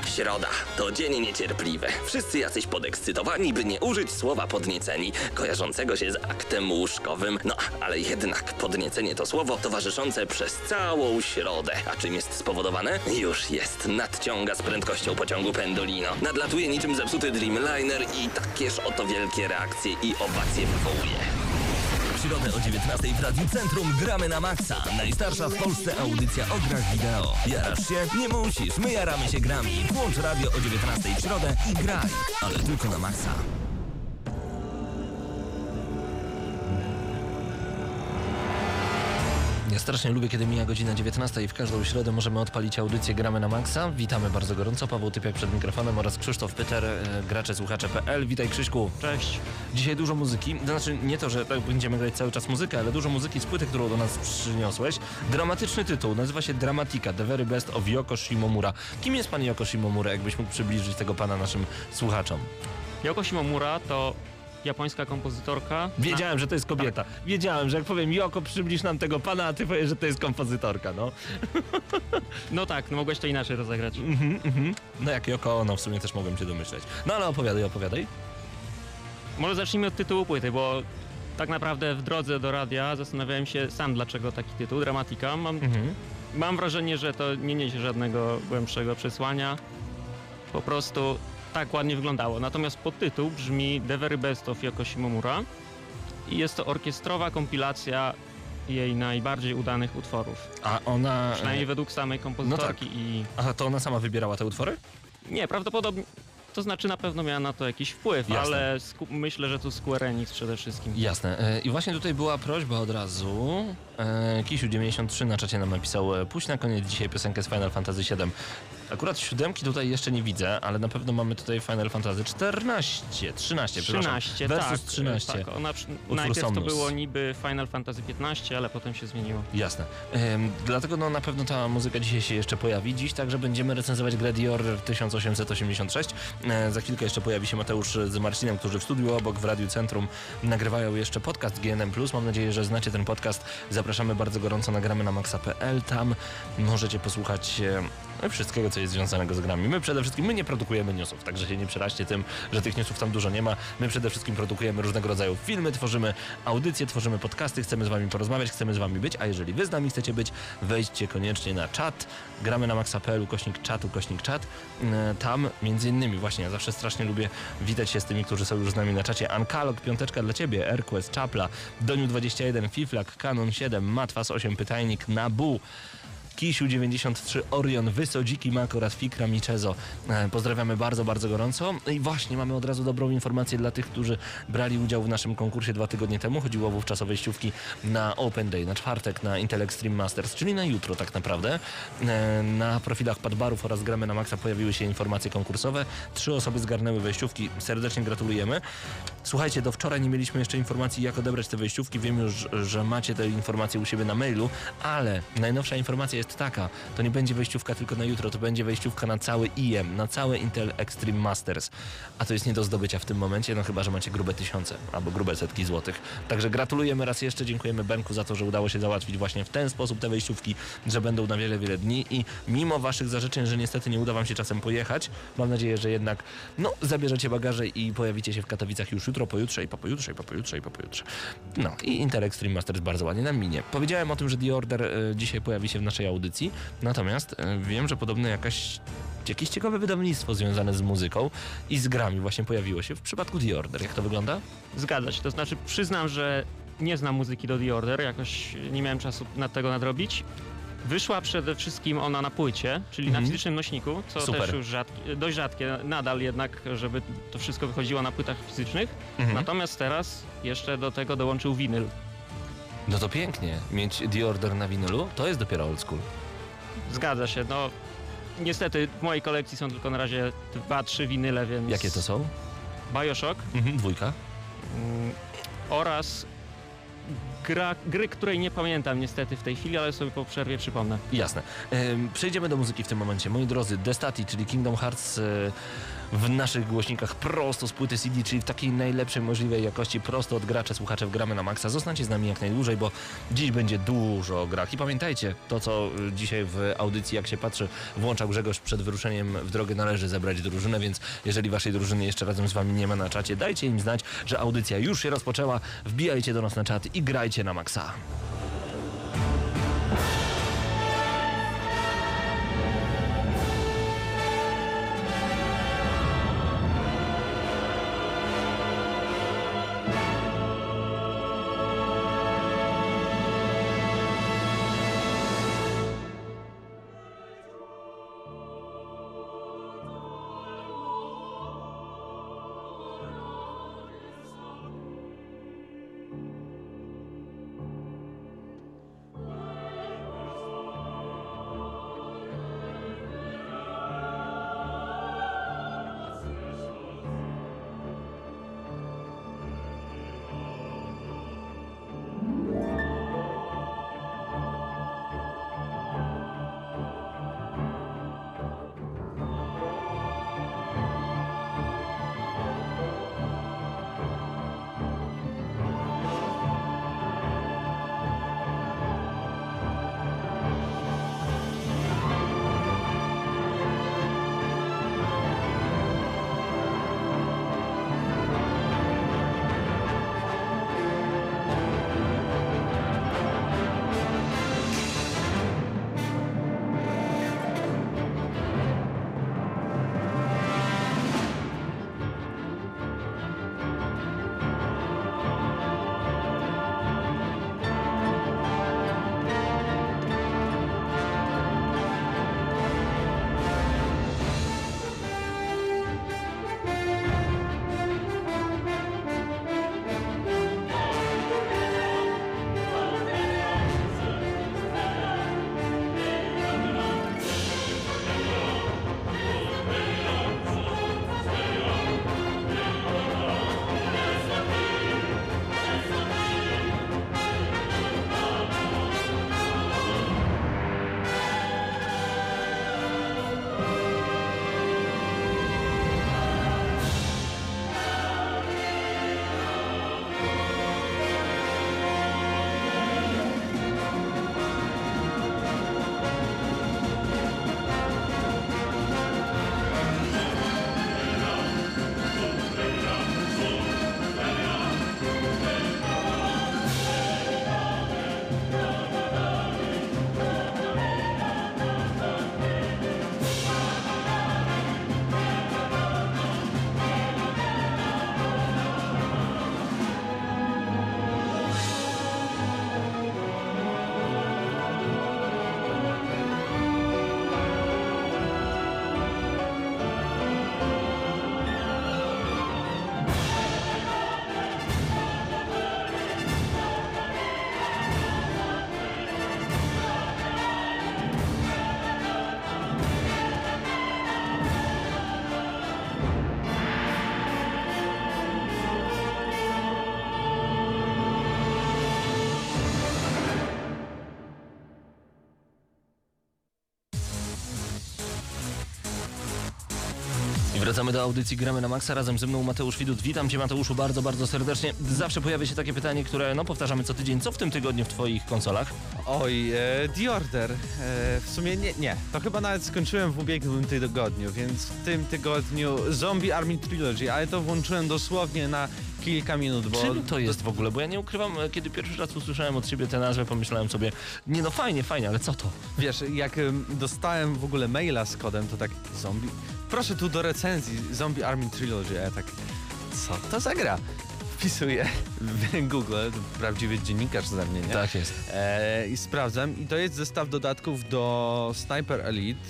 Środa to dzień niecierpliwy. Wszyscy jacyś podekscytowani, by nie użyć słowa podnieceni, kojarzącego się z aktem łóżkowym. No, ale jednak podniecenie to słowo towarzyszące przez całą środę. A czym jest spowodowane? Już jest. Nadciąga z prędkością pociągu Pendolino. Nadlatuje niczym zepsuty Dreamliner i takież oto wielkie reakcje i owacje wywołuje. W środę o 19:00 w Radiu Centrum gramy na maksa. Najstarsza w Polsce audycja o grach wideo. Jarasz się? Nie musisz. My jaramy się grami. Włącz radio o 19:00 w środę i graj. Ale tylko na maksa. Ja strasznie lubię, kiedy mija godzina 19 i w każdą środę możemy odpalić audycję Gramy na Maxa. Witamy bardzo gorąco. Paweł Typiak przed mikrofonem oraz Krzysztof Pyter, gracze-słuchacze.pl. Witaj, Krzyśku. Cześć. Dzisiaj dużo muzyki. To znaczy nie to, że tak będziemy grać cały czas muzykę, ale dużo muzyki z płyty, którą do nas przyniosłeś. Dramatyczny tytuł. Nazywa się Dramatica. The Very Best of Yoko Shimomura. Kim jest pan Yoko Shimomura? Jakbyś mógł przybliżyć tego pana naszym słuchaczom. Yoko Shimomura to japońska kompozytorka. Wiedziałem, że to jest kobieta. Tak. Wiedziałem, że jak powiem Yoko, przybliż nam tego pana, a ty powiesz, że to jest kompozytorka, no. No tak, no mogłeś to inaczej rozegrać. No jak Yoko Ono, w sumie też mogłem się domyśleć. No ale opowiadaj. Może zacznijmy od tytułu płyty, bo tak naprawdę w drodze do radia zastanawiałem się sam, dlaczego taki tytuł, Dramatica. Mam wrażenie, że to nie niesie żadnego głębszego przesłania. Po prostu tak ładnie wyglądało. Natomiast podtytuł brzmi The Very Best of Yoko Shimomura i jest to orkiestrowa kompilacja jej najbardziej udanych utworów. A ona... Przynajmniej według samej kompozytorki. No tak. I... Aha, to ona sama wybierała te utwory? Nie, prawdopodobnie... To znaczy na pewno miała na to jakiś wpływ, jasne. Ale myślę, że to Square Enix przede wszystkim. Jasne. I właśnie tutaj była prośba od razu. Kisiu93 na czacie nam napisał: puść na koniec dzisiaj piosenkę z Final Fantasy VII. Akurat 7 tutaj jeszcze nie widzę, ale na pewno mamy tutaj Final Fantasy 13, versus tak, 13. Tak, najpierw to było niby Final Fantasy 15, ale potem się zmieniło. Jasne. Dlatego no, na pewno ta muzyka dzisiaj się jeszcze pojawi. Dziś także będziemy recenzować grę The Order 1886. Za chwilkę jeszcze pojawi się Mateusz z Marcinem, którzy w studiu obok w Radiu Centrum nagrywają jeszcze podcast GNM+. Mam nadzieję, że znacie ten podcast. Zapraszamy bardzo gorąco na gramy na maxa.pl. Tam możecie posłuchać wszystkiego, co jest związanego z grami. My przede wszystkim nie produkujemy newsów, także się nie przeraźcie tym, że tych newsów tam dużo nie ma. My przede wszystkim produkujemy różnego rodzaju filmy, tworzymy audycje, tworzymy podcasty, chcemy z wami porozmawiać, chcemy z wami być, a jeżeli wy z nami chcecie być, wejdźcie koniecznie na czat, gramy na maxa.pl, /czat. Tam między innymi właśnie, ja zawsze strasznie lubię witać się z tymi, którzy są już z nami na czacie. Ankalog, 5 dla ciebie, Airquest, Czapla, Doniu21, Fiflak, Canon 7, Matwas 8, Pytajnik, Nabu, Kisiu93, Orion, Wysodziki Mak oraz Fikra Michezo. Pozdrawiamy bardzo, bardzo gorąco. I właśnie mamy od razu dobrą informację dla tych, którzy brali udział w naszym konkursie 2 tygodnie temu. Chodziło wówczas o wejściówki na Open Day, na czwartek, na Intel Extreme Masters, czyli na jutro tak naprawdę. Na profilach Padbarów oraz Gramy na Maxa pojawiły się informacje konkursowe. 3 osoby zgarnęły wejściówki. Serdecznie gratulujemy. Słuchajcie, do wczoraj nie mieliśmy jeszcze informacji, jak odebrać te wejściówki. Wiem już, że macie te informacje u siebie na mailu, ale najnowsza informacja jest taka, to nie będzie wejściówka tylko na jutro, to będzie wejściówka na cały IM, na całe Intel Extreme Masters. A to jest nie do zdobycia w tym momencie, no chyba, że macie grube tysiące albo grube setki złotych. Także gratulujemy raz jeszcze, dziękujemy Benku za to, że udało się załatwić właśnie w ten sposób te wejściówki, że będą na wiele, wiele dni i mimo waszych zażyczeń, że niestety nie uda wam się czasem pojechać, mam nadzieję, że jednak zabierzecie bagaże i pojawicie się w Katowicach już jutro, pojutrze i pojutrze. No i Intel Extreme Masters bardzo ładnie nam minie. Powiedziałem o tym, że The Order dzisiaj pojawi się w naszej audycji, natomiast wiem, że podobno jakieś ciekawe wydawnictwo związane z muzyką i z grami właśnie pojawiło się w przypadku The Order. Jak to wygląda? Zgadza się, to znaczy przyznam, że nie znam muzyki do The Order, jakoś nie miałem czasu tego nadrobić. Wyszła przede wszystkim ona na płycie, czyli na fizycznym nośniku, co super. Też już dość rzadkie, nadal jednak, żeby to wszystko wychodziło na płytach fizycznych. Natomiast teraz jeszcze do tego dołączył winyl. No to pięknie. Mieć The Order na winylu, to jest dopiero old school. Zgadza się, no niestety w mojej kolekcji są tylko na razie 2-3 winyle, więc... Jakie to są? BioShock. 2. Oraz gry, której nie pamiętam niestety w tej chwili, ale sobie po przerwie przypomnę. Jasne. Przejdziemy do muzyki w tym momencie. Moi drodzy, Destati, czyli Kingdom Hearts w naszych głośnikach prosto z płyty CD, czyli w takiej najlepszej możliwej jakości, prosto od graczy, słuchacze w Gramy na Maxa. Zostańcie z nami jak najdłużej, bo dziś będzie dużo o grach. I pamiętajcie, to co dzisiaj w audycji, jak się patrzy, włączał Grzegorz przed wyruszeniem w drogę, należy zebrać drużynę, więc jeżeli waszej drużyny jeszcze razem z wami nie ma na czacie, dajcie im znać, że audycja już się rozpoczęła, wbijajcie do nas na czat i grajcie na Maxa. I wracamy do audycji Gramy na Maxa. Razem ze mną Mateusz Widut. Witam cię, Mateuszu, bardzo, bardzo serdecznie. Zawsze pojawia się takie pytanie, które powtarzamy co tydzień. Co w tym tygodniu w twoich konsolach? Oj, The Order. W sumie nie. To chyba nawet skończyłem w ubiegłym tygodniu, więc w tym tygodniu Zombie Army Trilogy, ale to włączyłem dosłownie na kilka minut, bo... Czym to jest w ogóle? Bo ja nie ukrywam, kiedy pierwszy raz usłyszałem od ciebie tę nazwę, pomyślałem sobie, nie no fajnie, ale co to? Wiesz, jak dostałem w ogóle maila z kodem, to tak zombie... Proszę tu do recenzji Zombie Army Trilogy, a ja tak... Co to za gra? Wpisuję w Google, prawdziwy dziennikarz ze mnie, nie? Tak jest. I sprawdzam i to jest zestaw dodatków do Sniper Elite,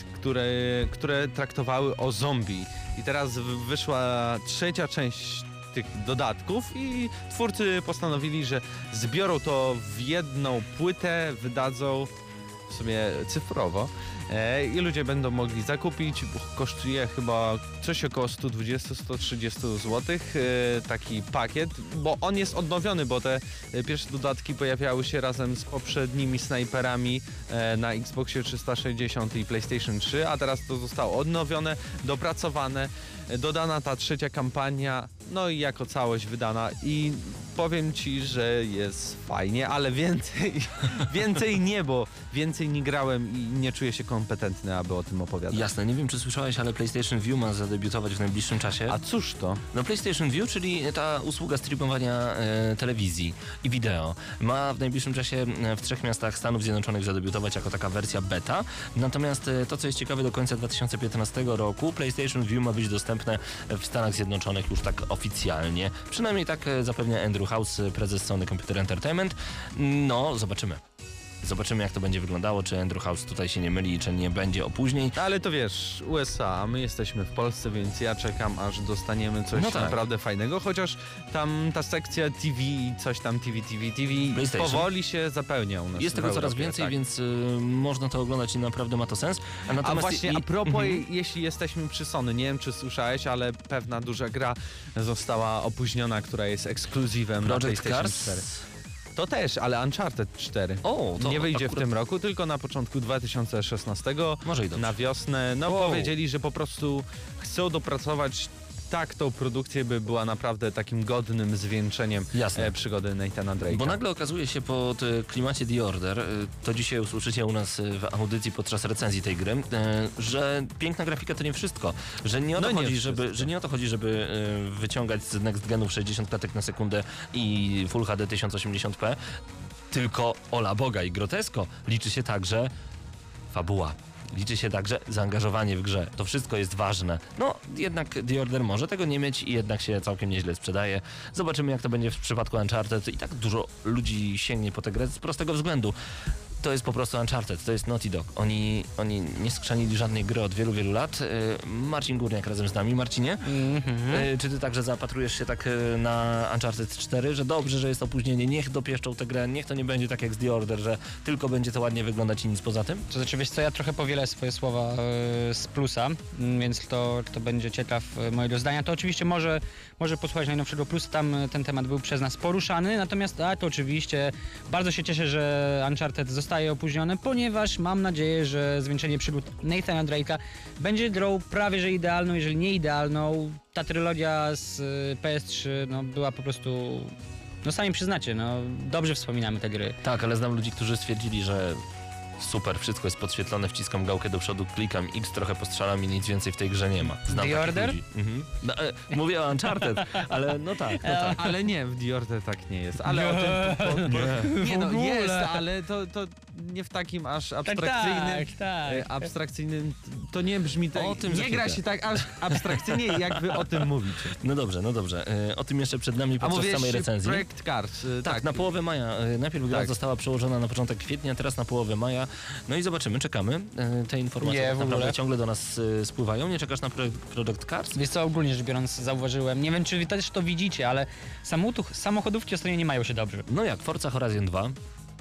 które traktowały o zombie. I teraz wyszła trzecia część tych dodatków i twórcy postanowili, że zbiorą to w jedną płytę, wydadzą w sumie cyfrowo i ludzie będą mogli zakupić. Kosztuje chyba coś około 120-130 zł taki pakiet, bo on jest odnowiony, bo te pierwsze dodatki pojawiały się razem z poprzednimi snajperami na Xboxie 360 i PlayStation 3, a teraz to zostało odnowione, dopracowane, dodana ta trzecia kampania, no i jako całość wydana i powiem ci, że jest fajnie, ale więcej nie, bo więcej nie grałem i nie czuję się kompetentny, aby o tym opowiadać. Jasne, nie wiem czy słyszałeś, ale PlayStation View ma zadebiutować w najbliższym czasie. A cóż to? No PlayStation View, czyli ta usługa streamowania telewizji i wideo, ma w najbliższym czasie w 3 miastach Stanów Zjednoczonych zadebiutować jako taka wersja beta. Natomiast to, co jest ciekawe, do końca 2015 roku PlayStation View ma być dostępne w Stanach Zjednoczonych już tak oficjalnie. Przynajmniej tak zapewnia Andrew House, prezes Sony Computer Entertainment. No, zobaczymy. Zobaczymy, jak to będzie wyglądało, czy Andrew House tutaj się nie myli, czy nie będzie opóźnień. Ale to wiesz, USA, a my jesteśmy w Polsce, więc ja czekam, aż dostaniemy coś No tak. naprawdę fajnego, chociaż tam ta sekcja TV i coś tam TV PlayStation. powoli się zapełnia u nas. Jest w tego coraz Europie, więcej, tak. więc można to oglądać i naprawdę ma to sens. A właśnie, a propos, jeśli jesteśmy przy Sony, nie wiem, czy słyszałeś, ale pewna duża gra została opóźniona, która jest ekskluzywem na Project PlayStation Cars? 4. To też, ale Uncharted 4. O, to nie wyjdzie w akurat tym roku, tylko na początku 2016. Może i dobrze. Na wiosnę. No Wow. powiedzieli, że po prostu chcą dopracować tak tą produkcję, by była naprawdę takim godnym zwieńczeniem Jasne. przygody Nathana Drake'a. Bo nagle okazuje się po klimacie The Order, to dzisiaj usłyszycie u nas w audycji podczas recenzji tej gry, że piękna grafika to nie wszystko. Że nie o to, No nie chodzi, wszystko. że nie o to chodzi, żeby wyciągać z next genów 60 klatek na sekundę i Full HD 1080p, tylko ola Boga i grotesko. Liczy się także fabuła. Liczy się także zaangażowanie w grze. To wszystko jest ważne. No, jednak The Order może tego nie mieć i jednak się całkiem nieźle sprzedaje. Zobaczymy, jak to będzie w przypadku Uncharted. I tak dużo ludzi sięgnie po tę grę z prostego względu. To jest po prostu Uncharted, to jest Naughty Dog. Oni nie skrzanili żadnej gry od wielu, wielu lat. Marcin Górniak razem z nami. Marcinie, czy ty także zapatrujesz się tak na Uncharted 4, że dobrze, że jest opóźnienie, niech dopieszczą tę grę, niech to nie będzie tak jak z The Order, że tylko będzie to ładnie wyglądać i nic poza tym? To znaczy, wiesz co, ja trochę powielę swoje słowa z plusa, więc kto będzie ciekaw mojego zdania, to oczywiście może posłuchać najnowszego plusa, tam ten temat był przez nas poruszany, natomiast to oczywiście bardzo się cieszę, że Uncharted zostaje opóźnione, ponieważ mam nadzieję, że zwieńczenie przygód Nathana Drake'a będzie grą prawie że idealną, jeżeli nie idealną. Ta trylogia z PS3 była po prostu, sami przyznacie, dobrze wspominamy te gry. Tak, ale znam ludzi, którzy stwierdzili, że super, wszystko jest podświetlone, wciskam gałkę do przodu, klikam X, trochę postrzelam i nic więcej w tej grze nie ma. Znam The takich Order? ludzi. No, mówię o Uncharted, ale no tak. Ale nie, w The Order tak nie jest. Ale o tym... Nie no, ogóle. jest, ale to nie w takim aż abstrakcyjnym... Tak. Abstrakcyjnym, to nie brzmi tak... O tym za nie gra chwilkę. się tak aż abstrakcyjnie, jak wy o tym mówicie. No dobrze. O tym jeszcze przed nami A podczas mówiłeś samej recenzji. Projekt Cars. Tak, na połowę maja. Najpierw gra Tak. została przełożona na początek kwietnia, teraz na połowę maja. No i zobaczymy, czekamy. Te informacje Nie, tak w naprawdę ogóle. ciągle do nas spływają. Nie czekasz na Project Cars? Wiesz co, ogólnie rzecz biorąc zauważyłem, nie wiem czy wy też to widzicie, ale samochodówki ostatnio nie mają się dobrze. No jak, Forza Horizon 2,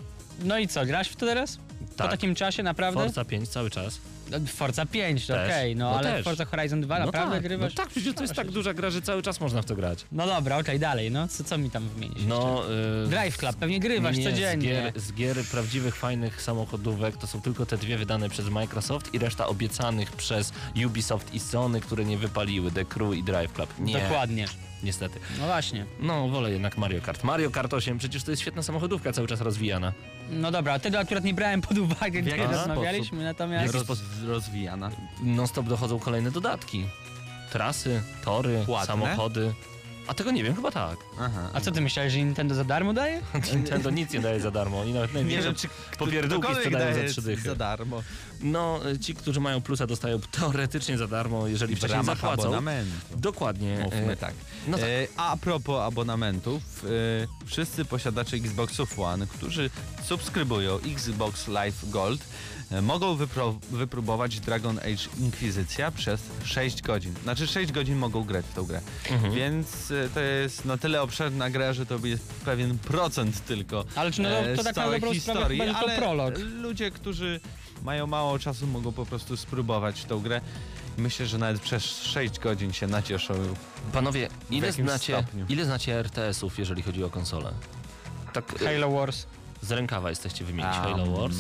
No i co, grasz w to teraz? Tak. Po takim czasie naprawdę? Forza 5 cały czas. Forza 5, to Też. okej, No ale też. Forza Horizon 2 naprawdę tak, grywasz? No tak, przecież to jest tak duża gra, że cały czas można w to grać. No dobra, okej, dalej, co mi tam wymienić No, jeszcze? Drive Club, pewnie grywasz nie, codziennie. Z gier prawdziwych, fajnych samochodówek to są tylko te dwie wydane przez Microsoft i reszta obiecanych przez Ubisoft i Sony, które nie wypaliły, The Crew i Drive Club. Nie, Dokładnie. niestety. No właśnie. No, wolę jednak Mario Kart. Mario Kart 8, przecież to jest świetna samochodówka, cały czas rozwijana. No dobra, tego akurat nie brałem pod uwagę, W kiedy jaki rozmawialiśmy, sposób? natomiast... Rozwijana. Non-stop dochodzą kolejne dodatki. Trasy, tory, Płatne? samochody. A tego nie wiem, chyba tak. Aha. A co ty myślałeś, że Nintendo za darmo daje? Nintendo nic nie daje za darmo. Oni nawet Nie największe wiem, czy popierdółki ktokolwiek sprzedają daje za 3 dychy. za darmo. No, ci, którzy mają plusa, dostają teoretycznie za darmo, jeżeli W wcześniej ramach zapłacą. abonamentu. Dokładnie. Mówmy tak. No tak. A propos abonamentów, wszyscy posiadacze Xboxów One, którzy subskrybują Xbox Live Gold, mogą wypróbować Dragon Age Inquisicja przez 6 godzin. Znaczy 6 godzin mogą grać w tą grę. Więc to jest na tyle obszerna gra, że to jest pewien procent tylko Ale czy to z tak na całej dobrą sprawę historii. chyba tylko Ale prolog. ludzie, którzy mają mało czasu, mogą po prostu spróbować tą grę. Myślę, że nawet przez 6 godzin się nacieszą. Panowie, jakimś stopniu. ile znacie RTS-ów, jeżeli chodzi o konsolę? Tak Halo Wars. z rękawa jesteście wymienić Halo Wars.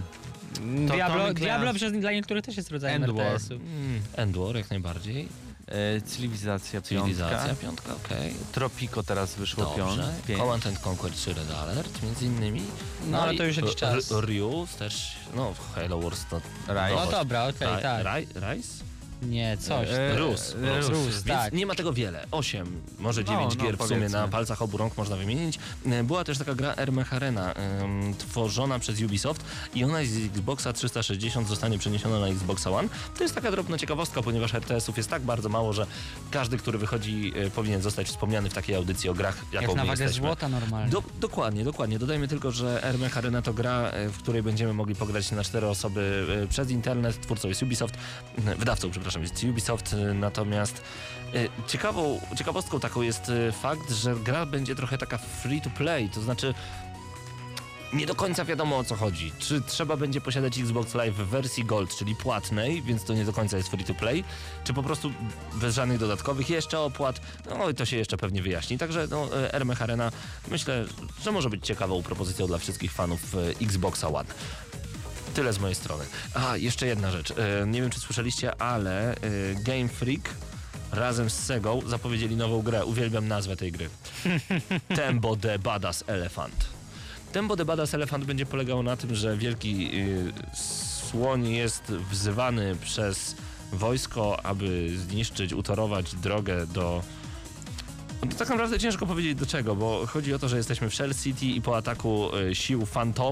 Diablo dla niektórych też jest rodzajem End War. RTS-u. End War jak najbardziej. Cywilizacja Cywilizacja, piątka, okej. Tropico teraz wyszło Dobrze. pięć. Command and Conquer 3 Red Alert między innymi. No, ale i to już jakiś czas. Ryu też, no Halo Wars to... Rise. No dobra, okej, tak. Rise? Nie, coś. Rus, Rus, tak. Więc nie ma tego wiele. 8, może 9 gier w sumie powiedzmy. na palcach obu rąk można wymienić. Była też taka gra Ermech Arena, tworzona przez Ubisoft i ona z Xboxa 360 zostanie przeniesiona na Xboxa One. To jest taka drobna ciekawostka, ponieważ RTS-ów jest tak bardzo mało, że każdy, który wychodzi, powinien zostać wspomniany w takiej audycji o grach, jaką Jak na my wagę jesteśmy. złota normalnie. Dokładnie. Dodajmy tylko, że Ermech Arena to gra, w której będziemy mogli pograć na 4 osoby przez internet. Twórcą jest Ubisoft, wydawcą, przepraszam, jest Ubisoft, natomiast ciekawostką taką jest fakt, że gra będzie trochę taka free to play, to znaczy nie do końca wiadomo, o co chodzi. Czy trzeba będzie posiadać Xbox Live w wersji Gold, czyli płatnej, więc to nie do końca jest free to play, czy po prostu bez żadnych dodatkowych jeszcze opłat, no i to się jeszcze pewnie wyjaśni. Także Ermech Arena myślę, że może być ciekawą propozycją dla wszystkich fanów Xboxa One. Tyle z mojej strony. A, jeszcze jedna rzecz. Nie wiem, czy słyszeliście, ale Game Freak razem z Segą zapowiedzieli nową grę. Uwielbiam nazwę tej gry. Tembo the Badass Elephant. Tembo the Badass Elephant będzie polegało na tym, że wielki słoń jest wzywany przez wojsko, aby zniszczyć, utorować drogę do... No, tak naprawdę ciężko powiedzieć do czego, bo chodzi o to, że jesteśmy w Shell City i po ataku sił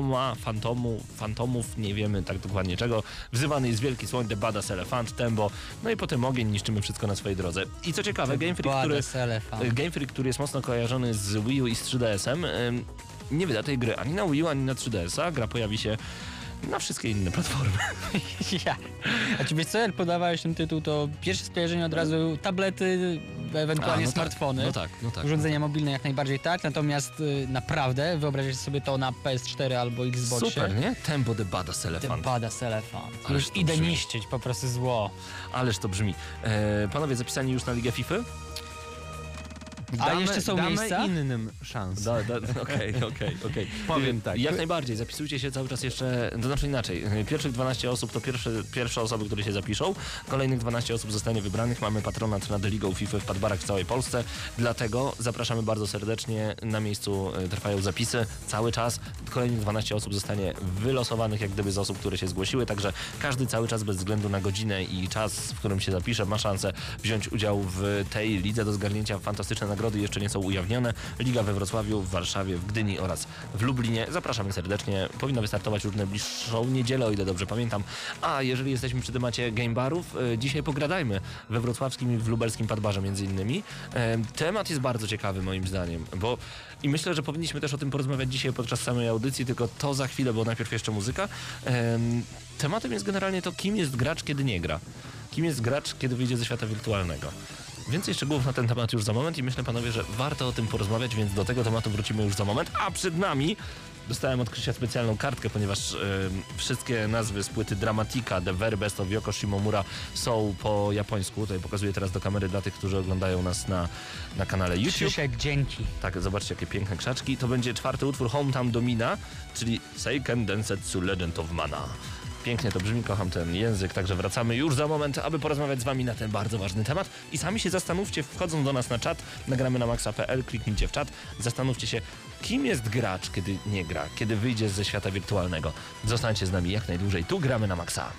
fantomów, nie wiemy tak dokładnie czego, wzywany jest wielki słoń, The Badass Elephant, Tembo, no i potem ogień, niszczymy wszystko na swojej drodze. I co ciekawe, Game Freak, który jest mocno kojarzony z Wii U i z 3DS-em, nie wyda tej gry ani na Wii U, ani na 3DS-a. Gra pojawi się na wszystkie inne platformy. Ja. A czy wiesz co, jak podawałeś ten tytuł, to pierwsze skojarzenie od razu tablety, ewentualnie smartfony. No tak. Urządzenia mobilne jak najbardziej tak, natomiast naprawdę wyobraźcie sobie to na PS4 albo Xboxie. Super, nie? Tembo the Badass The Elephant. Badass Elephant. Ależ Już to idę brzmi. niszczyć po prostu zło. Ależ to brzmi. Panowie, zapisani już na Ligę FIFA? A jeszcze są miejsca? innym szansę. Okej. Powiem tak. Jak najbardziej, zapisujcie się cały czas jeszcze, to znaczy inaczej. Pierwszych 12 osób to pierwsze osoby, które się zapiszą. Kolejnych 12 osób zostanie wybranych. Mamy patronat nad Ligą FIFA w Padbarach w całej Polsce. Dlatego zapraszamy bardzo serdecznie. Na miejscu trwają zapisy cały czas. Kolejnych 12 osób zostanie wylosowanych jak gdyby z osób, które się zgłosiły. Także każdy cały czas bez względu na godzinę i czas, w którym się zapisze, ma szansę wziąć udział w tej lidze. Do zgarnięcia fantastyczne nagrody jeszcze nie są ujawnione. Liga we Wrocławiu, w Warszawie, w Gdyni oraz w Lublinie. Zapraszamy serdecznie. Powinna wystartować już w najbliższą niedzielę, o ile dobrze pamiętam. A jeżeli jesteśmy przy temacie game barów, dzisiaj pogradajmy we wrocławskim i w lubelskim Padbarze między innymi. Temat jest bardzo ciekawy moim zdaniem, bo i myślę, że powinniśmy też o tym porozmawiać dzisiaj podczas samej audycji, tylko to za chwilę, bo najpierw jeszcze muzyka. Tematem jest generalnie to, kim jest gracz, kiedy nie gra. Kim jest gracz, kiedy wyjdzie ze świata wirtualnego. Więcej szczegółów na ten temat już za moment i myślę, panowie, że warto o tym porozmawiać, więc do tego tematu wrócimy już za moment. A przed nami dostałem od Krzysia specjalną kartkę, ponieważ wszystkie nazwy z płyty Dramatica, The Very Best of Yoko Shimomura są po japońsku. Tutaj pokazuję teraz do kamery dla tych, którzy oglądają nas na kanale YouTube. Krzysiek, dzięki. Tak, zobaczcie jakie piękne krzaczki. To będzie 4. utwór Hometown Domina, czyli Seiken Densetsu Legend of Mana. Pięknie to brzmi, kocham ten język, także wracamy już za moment, aby porozmawiać z wami na ten bardzo ważny temat. I sami się zastanówcie, wchodząc do nas na czat, nagramy na maxa.pl, kliknijcie w czat, zastanówcie się, kim jest gracz, kiedy nie gra, kiedy wyjdzie ze świata wirtualnego. Zostańcie z nami jak najdłużej, tu gramy na maxa.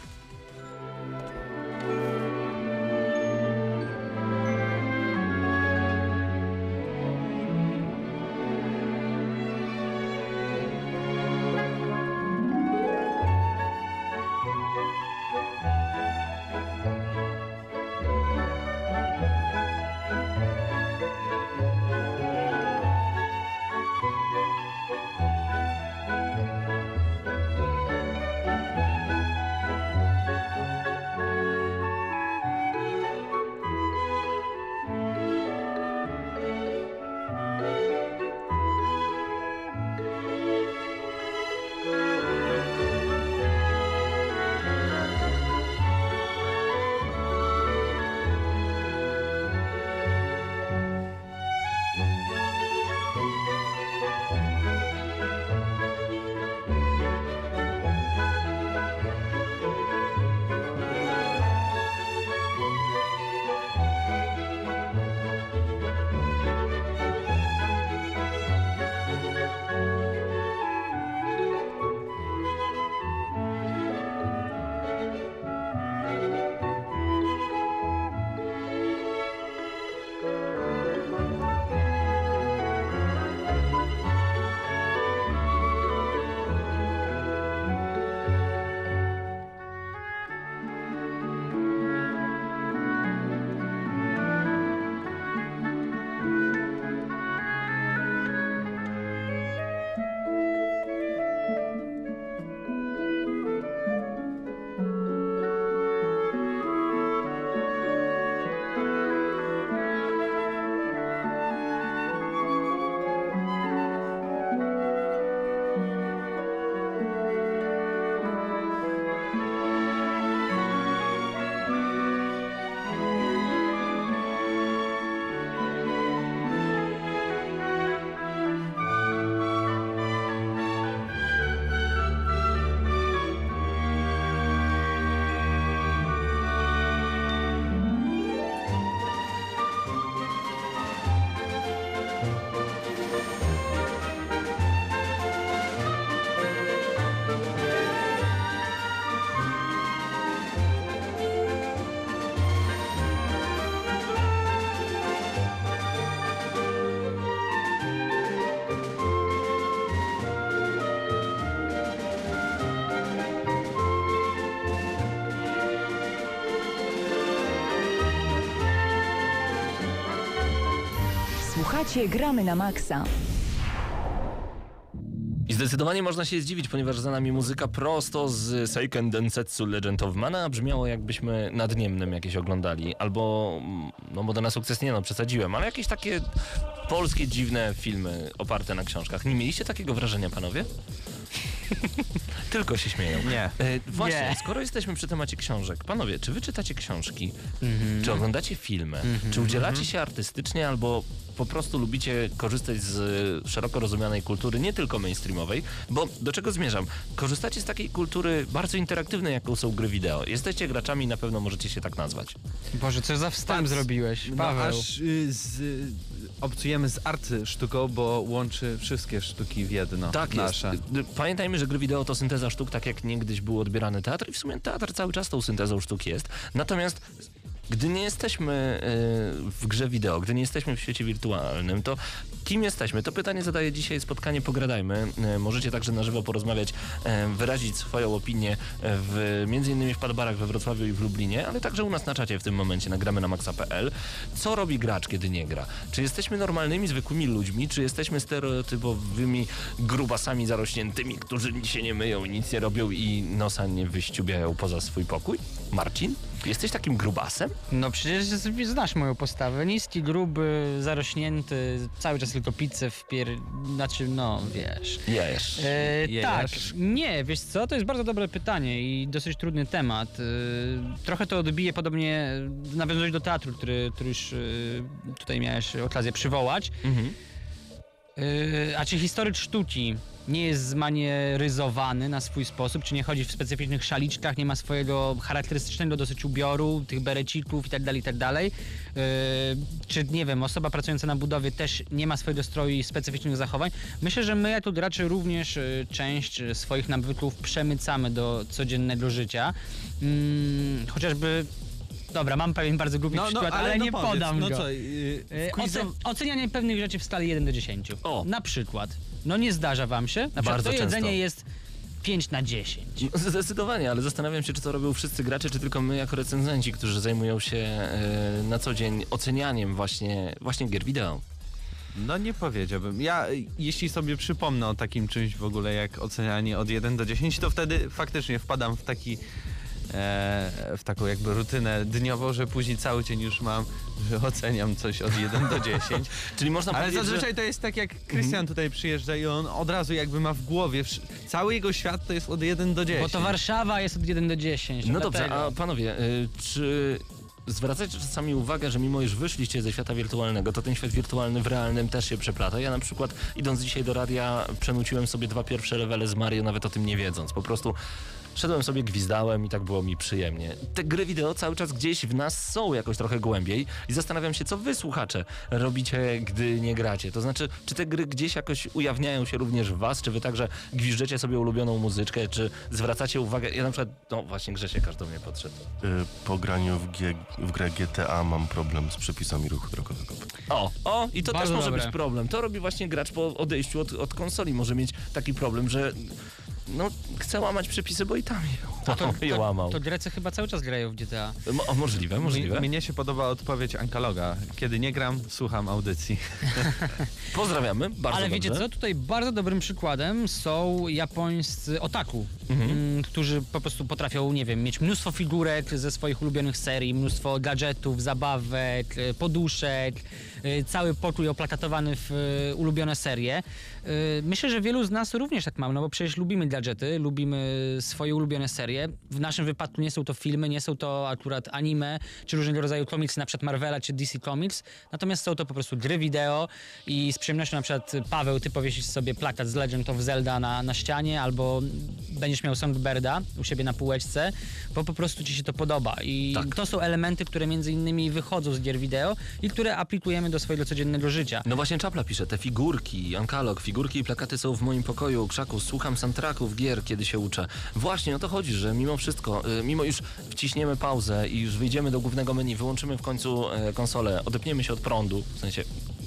Słuchacie Gramy na Maxa. I zdecydowanie można się zdziwić, ponieważ za nami muzyka prosto z Seiken Densetsu Legend of Mana. Brzmiało, jakbyśmy nad Niemnem jakieś oglądali. Albo, no Modena Sukces nie, no przesadziłem, ale jakieś takie polskie dziwne filmy oparte na książkach. Nie mieliście takiego wrażenia, panowie? Tylko się śmieją. Nie. Właśnie, Nie. skoro jesteśmy przy temacie książek. Panowie, czy wy czytacie książki? Czy oglądacie filmy? Czy udzielacie się artystycznie albo po prostu lubicie korzystać z szeroko rozumianej kultury, nie tylko mainstreamowej? Bo do czego zmierzam? Korzystacie z takiej kultury bardzo interaktywnej, jaką są gry wideo. Jesteście graczami, na pewno możecie się tak nazwać. Boże, co za wstęp zrobiłeś, Paweł. aż obcujemy z artysztuką, bo łączy wszystkie sztuki w jedno. Tak nasze. jest. Pamiętajmy, że gry wideo to synteza sztuk, tak jak niegdyś był odbierany teatr i w sumie teatr cały czas tą syntezą sztuk jest. Natomiast gdy nie jesteśmy w grze wideo, gdy nie jesteśmy w świecie wirtualnym, to kim jesteśmy? To pytanie zadaje dzisiaj spotkanie Pogradajmy. Możecie także na żywo porozmawiać, wyrazić swoją opinię między innymi w Padbarach we Wrocławiu i w Lublinie, ale także u nas na czacie w tym momencie, nagramy na maxa.pl. Co robi gracz, kiedy nie gra? Czy jesteśmy normalnymi, zwykłymi ludźmi, czy jesteśmy stereotypowymi grubasami zarośniętymi, którzy się nie myją, nic nie robią i nosa nie wyściubiają poza swój pokój? Marcin? Jesteś takim grubasem? No przecież znasz moją postawę. Niski, gruby, zarośnięty, cały czas tylko pizzę znaczy, no wiesz. Jesz. Tak, Jesz? nie, wiesz co, to jest bardzo dobre pytanie i dosyć trudny temat. Trochę to odbije podobnie, nawiązując do teatru, który już tutaj miałeś okazję przywołać. A czy historyk sztuki nie jest zmanieryzowany na swój sposób, czy nie chodzi w specyficznych szaliczkach, nie ma swojego charakterystycznego dosyć ubioru, tych berecików itd. Czy nie wiem, osoba pracująca na budowie też nie ma swojego stroju i specyficznych zachowań. Myślę, że my jako gracze również część swoich nawyków przemycamy do codziennego życia. Chociażby dobra, mam pewien bardzo głupi przykład, ale nie powiedz, podam go. Co, Ocenianie pewnych rzeczy w skali 1 do 10. O. Na przykład. No nie zdarza wam się? Na przykład Bardzo to często. jedzenie jest 5 na 10. No, zdecydowanie, ale zastanawiam się, czy to robią wszyscy gracze, czy tylko my jako recenzenci, którzy zajmują się na co dzień ocenianiem właśnie gier wideo. No nie powiedziałbym. Ja, jeśli sobie przypomnę o takim czymś w ogóle jak ocenianie od 1 do 10, to wtedy faktycznie wpadam w taką jakby rutynę dniową, że później cały dzień już mam, że oceniam coś od 1 do 10. Czyli można Ale powiedzieć, zazwyczaj to jest tak, jak Krystian tutaj przyjeżdża i on od razu jakby ma w głowie, cały jego świat to jest od 1 do 10. Bo to Warszawa jest od 1 do 10. No dobrze, dlatego. a panowie, czy zwracacie czasami uwagę, że mimo iż wyszliście ze świata wirtualnego, to ten świat wirtualny w realnym też się przeplata? Ja na przykład idąc dzisiaj do radia przenuciłem sobie 2 pierwsze levele z Mario, nawet o tym nie wiedząc. Po prostu szedłem sobie, gwizdałem i tak było mi przyjemnie. Te gry wideo cały czas gdzieś w nas są jakoś trochę głębiej i zastanawiam się, co wy, słuchacze, robicie, gdy nie gracie. To znaczy, czy te gry gdzieś jakoś ujawniają się również w was? Czy wy także gwiżdżecie sobie ulubioną muzyczkę? Czy zwracacie uwagę? Ja na przykład, no właśnie Grzesiek aż do mnie podszedł. Po graniu w grę GTA mam problem z przepisami ruchu drogowego. I to Bardzo też może dobre. być problem. To robi właśnie gracz po odejściu od konsoli. Może mieć taki problem, że no, chce łamać przepisy, bo i tam je łamał. To Grecy chyba cały czas grają w GTA. Możliwe. Mnie się podoba odpowiedź Ankaloga. Kiedy nie gram, słucham audycji. Pozdrawiamy, bardzo Ale dobrze. wiecie co, tutaj bardzo dobrym przykładem są japońscy otaku, którzy po prostu potrafią, nie wiem, mieć mnóstwo figurek ze swoich ulubionych serii, mnóstwo gadżetów, zabawek, poduszek, cały pokój oplakatowany w ulubione serie. Myślę, że wielu z nas również tak mamy, no bo przecież lubimy gadżety, lubimy swoje ulubione serie. W naszym wypadku nie są to filmy, nie są to akurat anime, czy różnego rodzaju komiksy, na przykład Marvela, czy DC Comics, natomiast są to po prostu gry wideo i z przyjemnością na przykład Paweł, ty powiesisz sobie plakat z Legend of Zelda na ścianie, albo będziesz miał Songbirda u siebie na półeczce, bo po prostu ci się to podoba i Tak. to są elementy, które między innymi wychodzą z gier wideo i które aplikujemy do swojego codziennego życia. No właśnie Czapla pisze, te figurki, Ankalog, figurki i plakaty są w moim pokoju, krzaku, słucham soundtracków gier, kiedy się uczę. Właśnie o to chodzi, że mimo wszystko, mimo już wciśniemy pauzę i już wyjdziemy do głównego menu, wyłączymy w końcu konsolę, odepniemy się od prądu, w sensie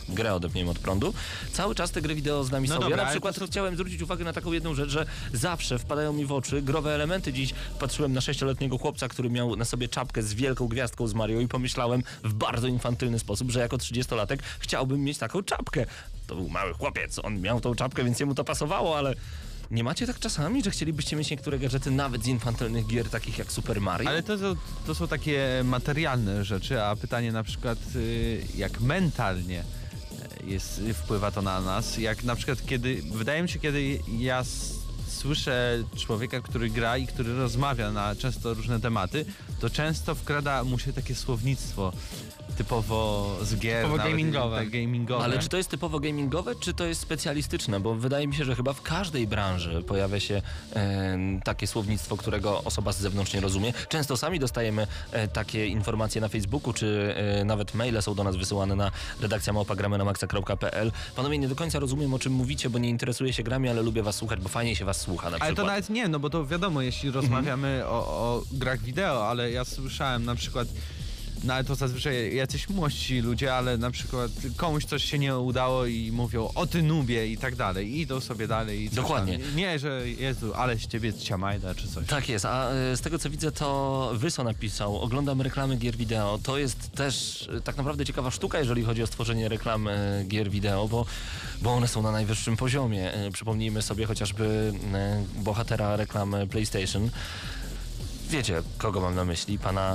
grę odepniemy od prądu, cały czas te gry wideo z nami No są. dobra, Ja na ale przykład to są- chciałem zwrócić uwagę na taką jedną rzecz, że zawsze wpadają mi w oczy growe elementy. Dziś patrzyłem na 6-letniego chłopca, który miał na sobie czapkę z wielką gwiazdką z Mario i pomyślałem w bardzo infantylny sposób, że jako 30-latek chciałbym mieć taką czapkę. To był mały chłopiec, on miał tą czapkę, więc jemu to pasowało, ale nie macie tak czasami, że chcielibyście mieć niektóre gadżety nawet z infantylnych gier, takich jak Super Mario? Ale to są takie materialne rzeczy, a pytanie na przykład jak mentalnie wpływa to na nas, jak na przykład wydaje mi się, kiedy ja słyszę człowieka, który gra i który rozmawia na często różne tematy, to często wkrada mu się takie słownictwo typowo z gier. Typowo nawet gamingowe. tak gamingowe. Ale czy to jest typowo gamingowe, czy to jest specjalistyczne? Bo wydaje mi się, że chyba w każdej branży pojawia się takie słownictwo, którego osoba z zewnątrz nie rozumie. Często sami dostajemy takie informacje na Facebooku, czy nawet maile są do nas wysyłane na redakcja@gramenamaxa.pl. Panowie, nie do końca rozumiem, o czym mówicie, bo nie interesuję się grami, ale lubię was słuchać, bo fajnie się was słucha na Ale przykład. to nawet nie, no bo to wiadomo, jeśli rozmawiamy o grach wideo, ale ja słyszałem na przykład, no ale to zazwyczaj jacyś młodsi ludzie, ale na przykład komuś coś się nie udało i mówią o ty nubie i tak dalej. I idą sobie dalej. I coś Dokładnie. Tam. Nie, że Jezu, ale z ciebie ciamajda czy coś. Tak jest, a z tego co widzę, to Wyso napisał, oglądam reklamy gier wideo. To jest też tak naprawdę ciekawa sztuka, jeżeli chodzi o stworzenie reklam gier wideo, bo one są na najwyższym poziomie. Przypomnijmy sobie chociażby bohatera reklam PlayStation. Wiecie, kogo mam na myśli? Pana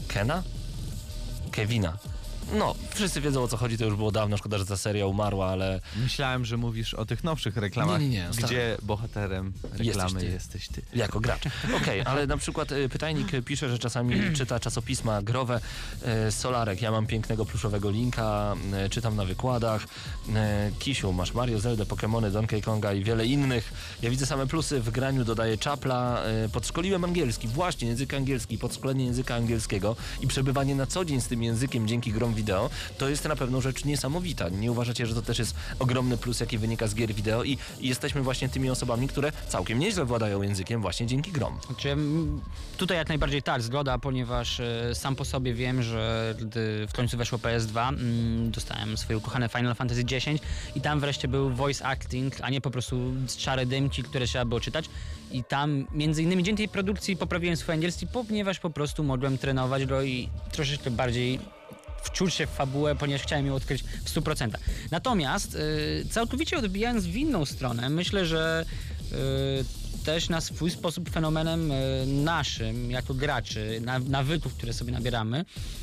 Kevina. No, wszyscy wiedzą, o co chodzi, to już było dawno, szkoda, że ta seria umarła, ale Myślałem, że mówisz o tych nowszych reklamach, Nie, gdzie bohaterem reklamy ty. jesteś ty. jako gracz. Okej, ale na przykład pytajnik pisze, że czasami czyta czasopisma growe. Solarek, ja mam pięknego pluszowego Linka, czytam na wykładach. Kisiu, masz Mario, Zelda, Pokemony, Donkey Konga i wiele innych. Ja widzę same plusy w graniu, dodaję czapla. Podszkoliłem angielski, właśnie język angielski, podszkolenie języka angielskiego i przebywanie na co dzień z tym językiem dzięki grom wideo, to jest na pewno rzecz niesamowita. Nie uważacie, że to też jest ogromny plus, jaki wynika z gier wideo i jesteśmy właśnie tymi osobami, które całkiem nieźle władają językiem właśnie dzięki grom. Znaczy, tutaj jak najbardziej tak, zgoda, ponieważ sam po sobie wiem, że gdy w końcu weszło PS2, dostałem swoje ukochane Final Fantasy X i tam wreszcie był voice acting, a nie po prostu szare dymki, które trzeba było czytać. I tam między innymi dzięki tej produkcji poprawiłem swój angielski, ponieważ po prostu mogłem trenować go i troszeczkę bardziej wczuć się w fabułę, ponieważ chciałem ją odkryć w 100%. Natomiast całkowicie odbijając w inną stronę, myślę, że też na swój sposób fenomenem naszym, jako graczy, nawyków, które sobie nabieramy,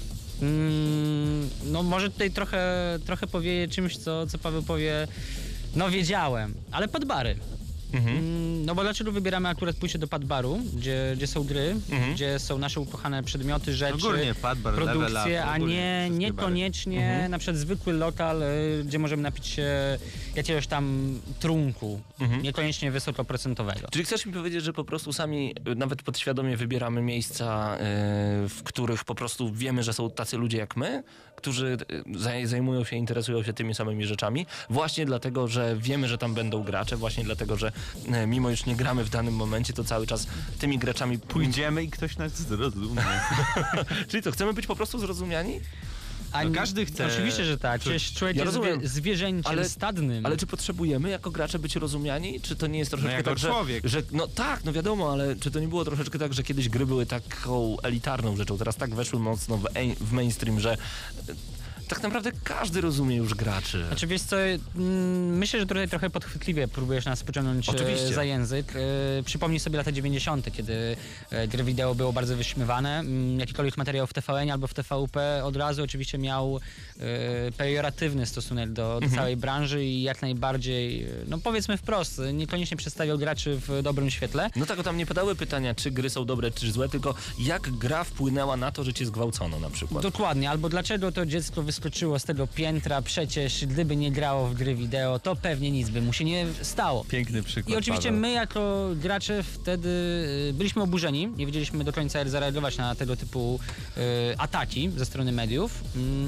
no może tutaj trochę powie czymś, co Paweł powie, no wiedziałem, ale padbary. No bo dlaczego wybieramy akurat pójście do padbaru, gdzie są gry, gdzie są nasze ukochane przedmioty, rzeczy, Ogólnie padbar, level produkcje, up, a ogólnie wszystkie niekoniecznie na przykład zwykły lokal, gdzie możemy napić się jakiegoś tam trunku, niekoniecznie wysokoprocentowego. Czyli chcesz mi powiedzieć, że po prostu sami nawet podświadomie wybieramy miejsca, w których po prostu wiemy, że są tacy ludzie jak my, którzy zajmują się, interesują się tymi samymi rzeczami, właśnie dlatego, że wiemy, że tam będą gracze, właśnie dlatego, że mimo już nie gramy w danym momencie, to cały czas tymi graczami Pójdziemy i ktoś nas zrozumie. Czyli to, chcemy być po prostu zrozumiani? A No każdy chce Oczywiście, że tak. Przecież człowiek Ja jest rozumiem, zwierzęciem stadnym. Ale czy potrzebujemy jako gracze być rozumiani? Czy to nie jest troszeczkę jako tak, człowiek. że... No tak, no wiadomo, ale czy to nie było troszeczkę tak, że kiedyś gry były taką elitarną rzeczą, teraz tak weszły mocno w mainstream, że tak naprawdę każdy rozumie już graczy. Znaczy wiesz co, myślę, że tutaj trochę podchwytliwie próbujesz nas pociągnąć Oczywiście. za język. Przypomnij sobie lata 90., kiedy gry wideo było bardzo wyśmiewane. Jakikolwiek materiał w TVN albo w TVP od razu oczywiście miał pejoratywny stosunek do całej branży i jak najbardziej, no powiedzmy wprost, niekoniecznie przedstawiał graczy w dobrym świetle. No tak, tam nie padały pytania, czy gry są dobre, czy złe, tylko jak gra wpłynęła na to, że cię zgwałcono na przykład. Dokładnie, albo dlaczego to dziecko wyskoczyło z tego piętra, przecież gdyby nie grało w gry wideo, to pewnie nic by mu się nie stało. Piękny przykład. I oczywiście Paweł. my jako gracze wtedy byliśmy oburzeni, nie wiedzieliśmy do końca jak zareagować na tego typu ataki ze strony mediów.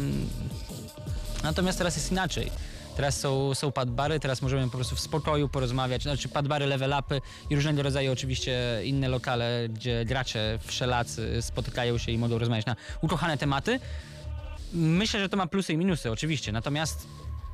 Natomiast teraz jest inaczej. Teraz są padbary, teraz możemy po prostu w spokoju porozmawiać, znaczy padbary, level upy i różnego rodzaju oczywiście inne lokale, gdzie gracze wszelacy spotykają się i mogą rozmawiać na ukochane tematy. Myślę, że to ma plusy i minusy oczywiście, natomiast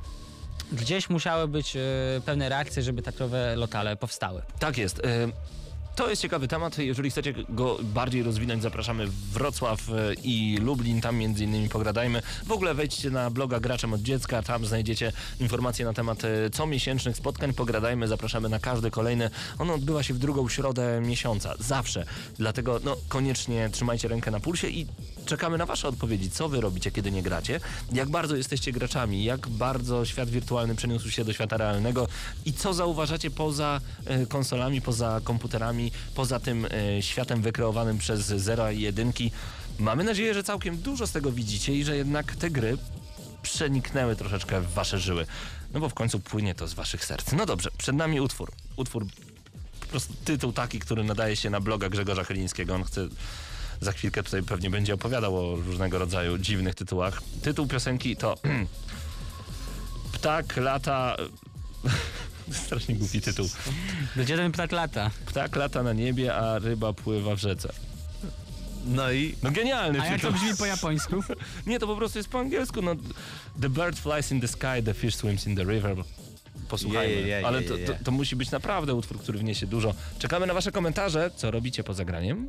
gdzieś musiały być pewne reakcje, żeby takowe lokale powstały. Tak jest. To jest ciekawy temat. Jeżeli chcecie go bardziej rozwinąć, zapraszamy w Wrocław i Lublin. Tam między innymi pogradajmy. W ogóle wejdźcie na bloga Graczem od Dziecka. Tam znajdziecie informacje na temat comiesięcznych spotkań. Pogradajmy. Zapraszamy na każdy kolejny. On odbywa się w drugą środę miesiąca. Zawsze. Dlatego koniecznie trzymajcie rękę na pulsie i czekamy na wasze odpowiedzi. Co wy robicie, kiedy nie gracie? Jak bardzo jesteście graczami? Jak bardzo świat wirtualny przeniósł się do świata realnego? I co zauważacie poza konsolami, poza komputerami, poza tym światem wykreowanym przez zera i jedynki? Mamy nadzieję, że całkiem dużo z tego widzicie i że jednak te gry przeniknęły troszeczkę w wasze żyły. No bo w końcu płynie to z waszych serc. No dobrze, przed nami utwór. Utwór, po prostu tytuł taki, który nadaje się na bloga Grzegorza Chylińskiego. On chce... Za chwilkę tutaj pewnie będzie opowiadał o różnego rodzaju dziwnych tytułach. Tytuł piosenki to Ptak lata... Strasznie głupi tytuł. Gdzie ten ptak lata? Ptak lata na niebie, a ryba pływa w rzece. No i... No genialny A jak tytuł. to brzmi po japońsku? Nie, to po prostu jest po angielsku. No, the bird flies in the sky, the fish swims in the river. Posłuchajmy. Ale to musi być naprawdę utwór, który wniesie dużo. Czekamy na wasze komentarze. Co robicie poza graniem?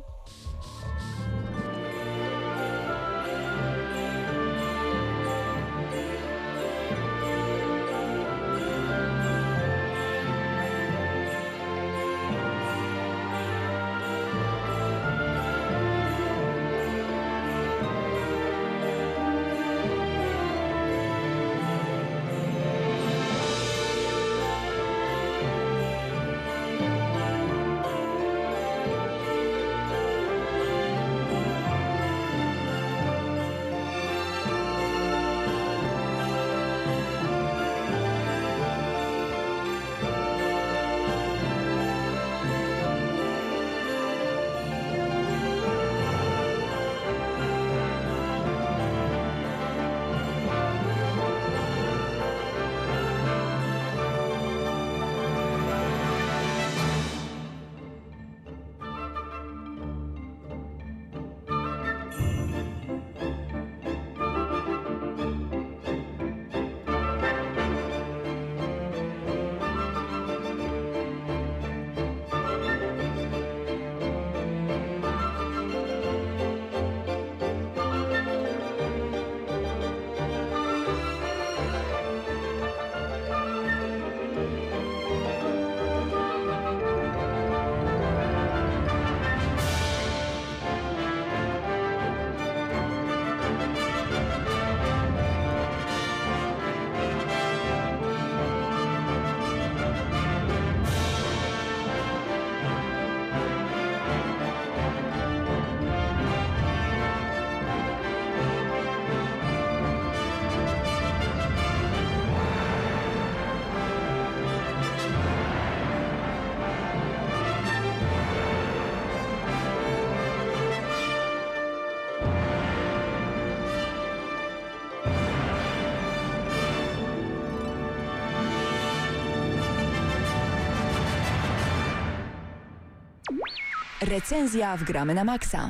Recenzja w Gramy na Maxa.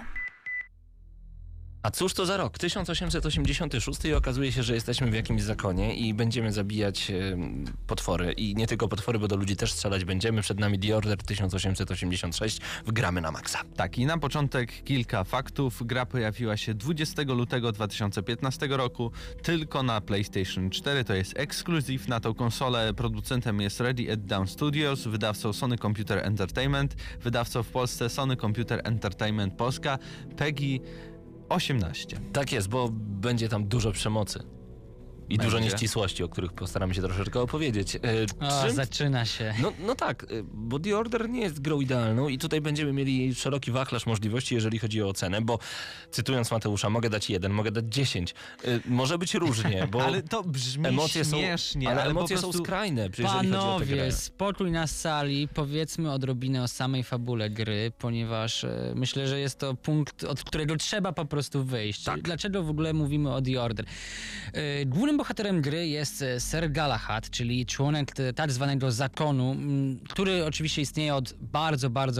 A cóż to za rok? 1886 i okazuje się, że jesteśmy w jakimś zakonie i będziemy zabijać potwory. I nie tylko potwory, bo do ludzi też strzelać będziemy. Przed nami The Order 1886 w Gramy na Maxa. Tak, i na początek kilka faktów. Gra pojawiła się 20 lutego 2015 roku tylko na PlayStation 4. To jest ekskluzyw na tą konsolę. Producentem jest Ready at Dawn Studios, wydawcą Sony Computer Entertainment, wydawcą w Polsce Sony Computer Entertainment Polska, PEGI 18. Tak jest, bo będzie tam dużo przemocy. I dużo nieścisłości, o których postaramy się troszeczkę opowiedzieć. Zaczyna się. No tak, bo The Order nie jest grą idealną i tutaj będziemy mieli szeroki wachlarz możliwości, jeżeli chodzi o ocenę, bo cytując Mateusza, mogę dać 1, mogę dać 10. Może być różnie, bo ale to brzmi emocje śmiesznie. Ale ale emocje po prostu... są skrajne, jeżeli chodzi o tę Panowie, grę. spokój na sali, powiedzmy odrobinę o samej fabule gry, ponieważ myślę, że jest to punkt, od którego trzeba po prostu wyjść. Tak. Dlaczego w ogóle mówimy o The Order? Głównym bohaterem gry jest Sir Galahad, czyli członek tak zwanego zakonu, który oczywiście istnieje od bardzo, bardzo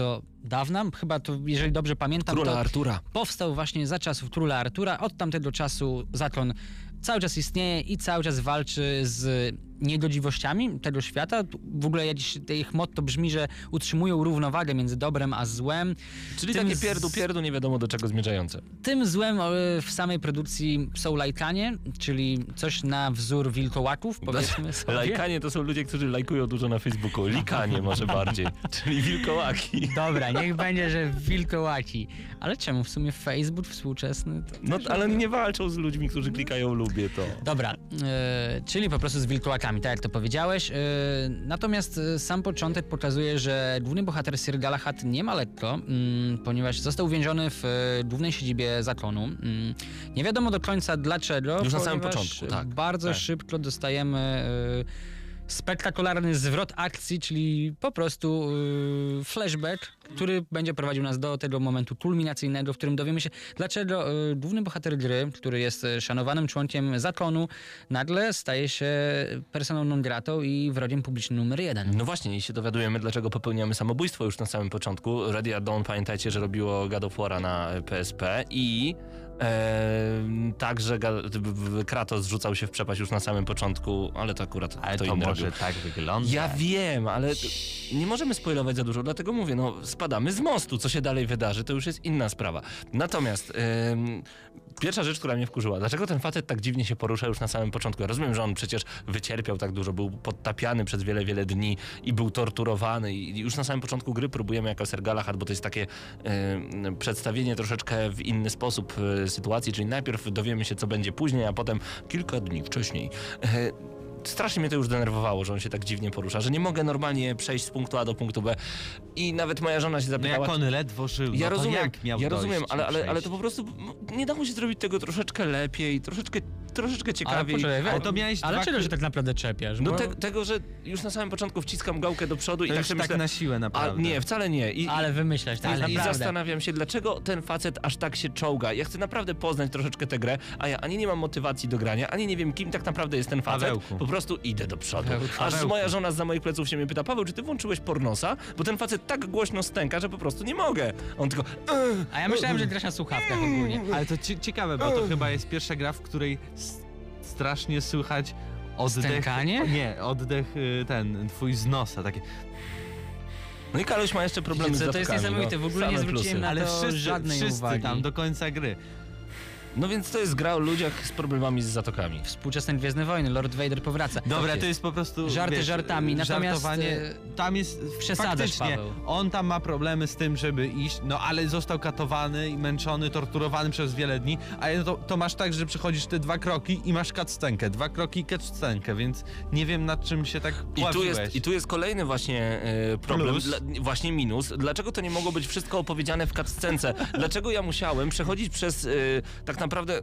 dawna, chyba to, jeżeli dobrze pamiętam, Króla to Artura. powstał właśnie za czasów króla Artura. Od tamtego czasu zakon cały czas istnieje i cały czas walczy z niegodziwościami tego świata. W ogóle jakieś ich motto brzmi, że utrzymują równowagę między dobrem a złem. Czyli Tym takie pierdu, nie wiadomo do czego zmierzające. Tym złem w samej produkcji są lajkanie, czyli coś na wzór wilkołaków, powiedzmy sobie. Lajkanie to są ludzie, którzy lajkują dużo na Facebooku. Likanie może bardziej, czyli wilkołaki. Dobra, niech będzie, że wilkołaki. Ale czemu w sumie Facebook współczesny? To No też- ale nie walczą z ludźmi, którzy klikają lubię to. Dobra, czyli po prostu z wilkołakami, tak jak to powiedziałeś. Natomiast sam początek pokazuje, że główny bohater Sir Galahad nie ma lekko, ponieważ został uwięziony w głównej siedzibie zakonu. Nie wiadomo do końca dlaczego, Już na samym ponieważ początku, tak. bardzo Tak. szybko dostajemy spektakularny zwrot akcji, czyli po prostu flashback, który będzie prowadził nas do tego momentu kulminacyjnego, w którym dowiemy się, dlaczego główny bohater gry, który jest szanowanym członkiem zakonu, nagle staje się personą non gratą i wrogiem publicznym numer 1. No właśnie, i się dowiadujemy, dlaczego popełniamy samobójstwo już na samym początku. Ready at Dawn, pamiętajcie, że robiło God of War'a na PSP i także Kratos zrzucał się w przepaść już na samym początku, ale to akurat Ale kto to inny może robił. tak wygląda. Ja wiem, ale nie możemy spoilować za dużo, dlatego mówię, no spadamy z mostu, co się dalej wydarzy, to już jest inna sprawa. Natomiast pierwsza rzecz, która mnie wkurzyła, dlaczego ten facet tak dziwnie się porusza już na samym początku? Ja rozumiem, że on przecież wycierpiał tak dużo, był podtapiany przez wiele, wiele dni i był torturowany i już na samym początku gry próbujemy jako Sir Galahad, bo to jest takie przedstawienie troszeczkę w inny sposób sytuacji, czyli najpierw dowiemy się, co będzie później, a potem kilka dni wcześniej. Strasznie mnie to już denerwowało, że on się tak dziwnie porusza, że nie mogę normalnie przejść z punktu A do punktu B. I nawet moja żona się No zapytała... jak on ledwo żył, Ja no to rozumiem, jak miał ja dojść rozumiem, i ale przejść? to po prostu nie dało się zrobić tego troszeczkę lepiej, troszeczkę Ale ciekawiej. poczekaj, Ale to miałeś ale dwa- czego się tak naprawdę czepiasz? No Bo- tego, że już na samym początku wciskam gałkę do przodu i To tak już sobie tak myślę... na siłę A naprawdę. nie, wcale nie. Ale wymyślać, tak I naprawdę. zastanawiam się, dlaczego ten facet aż tak się czołga. Ja chcę naprawdę poznać troszeczkę tę grę, a ja ani nie mam motywacji do grania, ani nie wiem, kim tak naprawdę jest ten facet. Pawełku. Po prostu idę do przodu. Aż Pawełku. moja żona zza moich pleców się mnie pyta, Paweł, czy ty włączyłeś pornosa? Bo ten facet tak głośno stęka, że po prostu nie mogę. On tylko... A ja myślałem, że grasz na słuchawkach ogólnie. Ale to ciekawe, bo to chyba jest pierwsza gra, w której strasznie słychać oddech... Stękanie? Nie, oddech ten, twój z nosa, takie... No i Kaluś ma jeszcze problemy z Co, to zatykami. jest niesamowite, w ogóle nie Same zwróciłem plusy. na Ale to żadnej wszyscy uwagi. tam do końca gry. No więc to jest gra o ludziach z problemami z zatokami. Współczesne Gwiezdne Wojny, Lord Vader powraca. Dobra, Tak to jest po prostu... Żarty żartami, natomiast, żartowanie, tam jest przesadzasz, faktycznie, Paweł. on tam ma problemy z tym, żeby iść, no ale został katowany i męczony, torturowany przez wiele dni, a to masz tak, że przechodzisz te 2 kroki i masz cutscenkę, 2 kroki i cutscenkę, więc nie wiem, nad czym się tak pławiłeś. I tu jest kolejny właśnie problem, Plus. właśnie minus. Dlaczego to nie mogło być wszystko opowiedziane w cutscence? Dlaczego ja musiałem przechodzić przez tak naprawdę...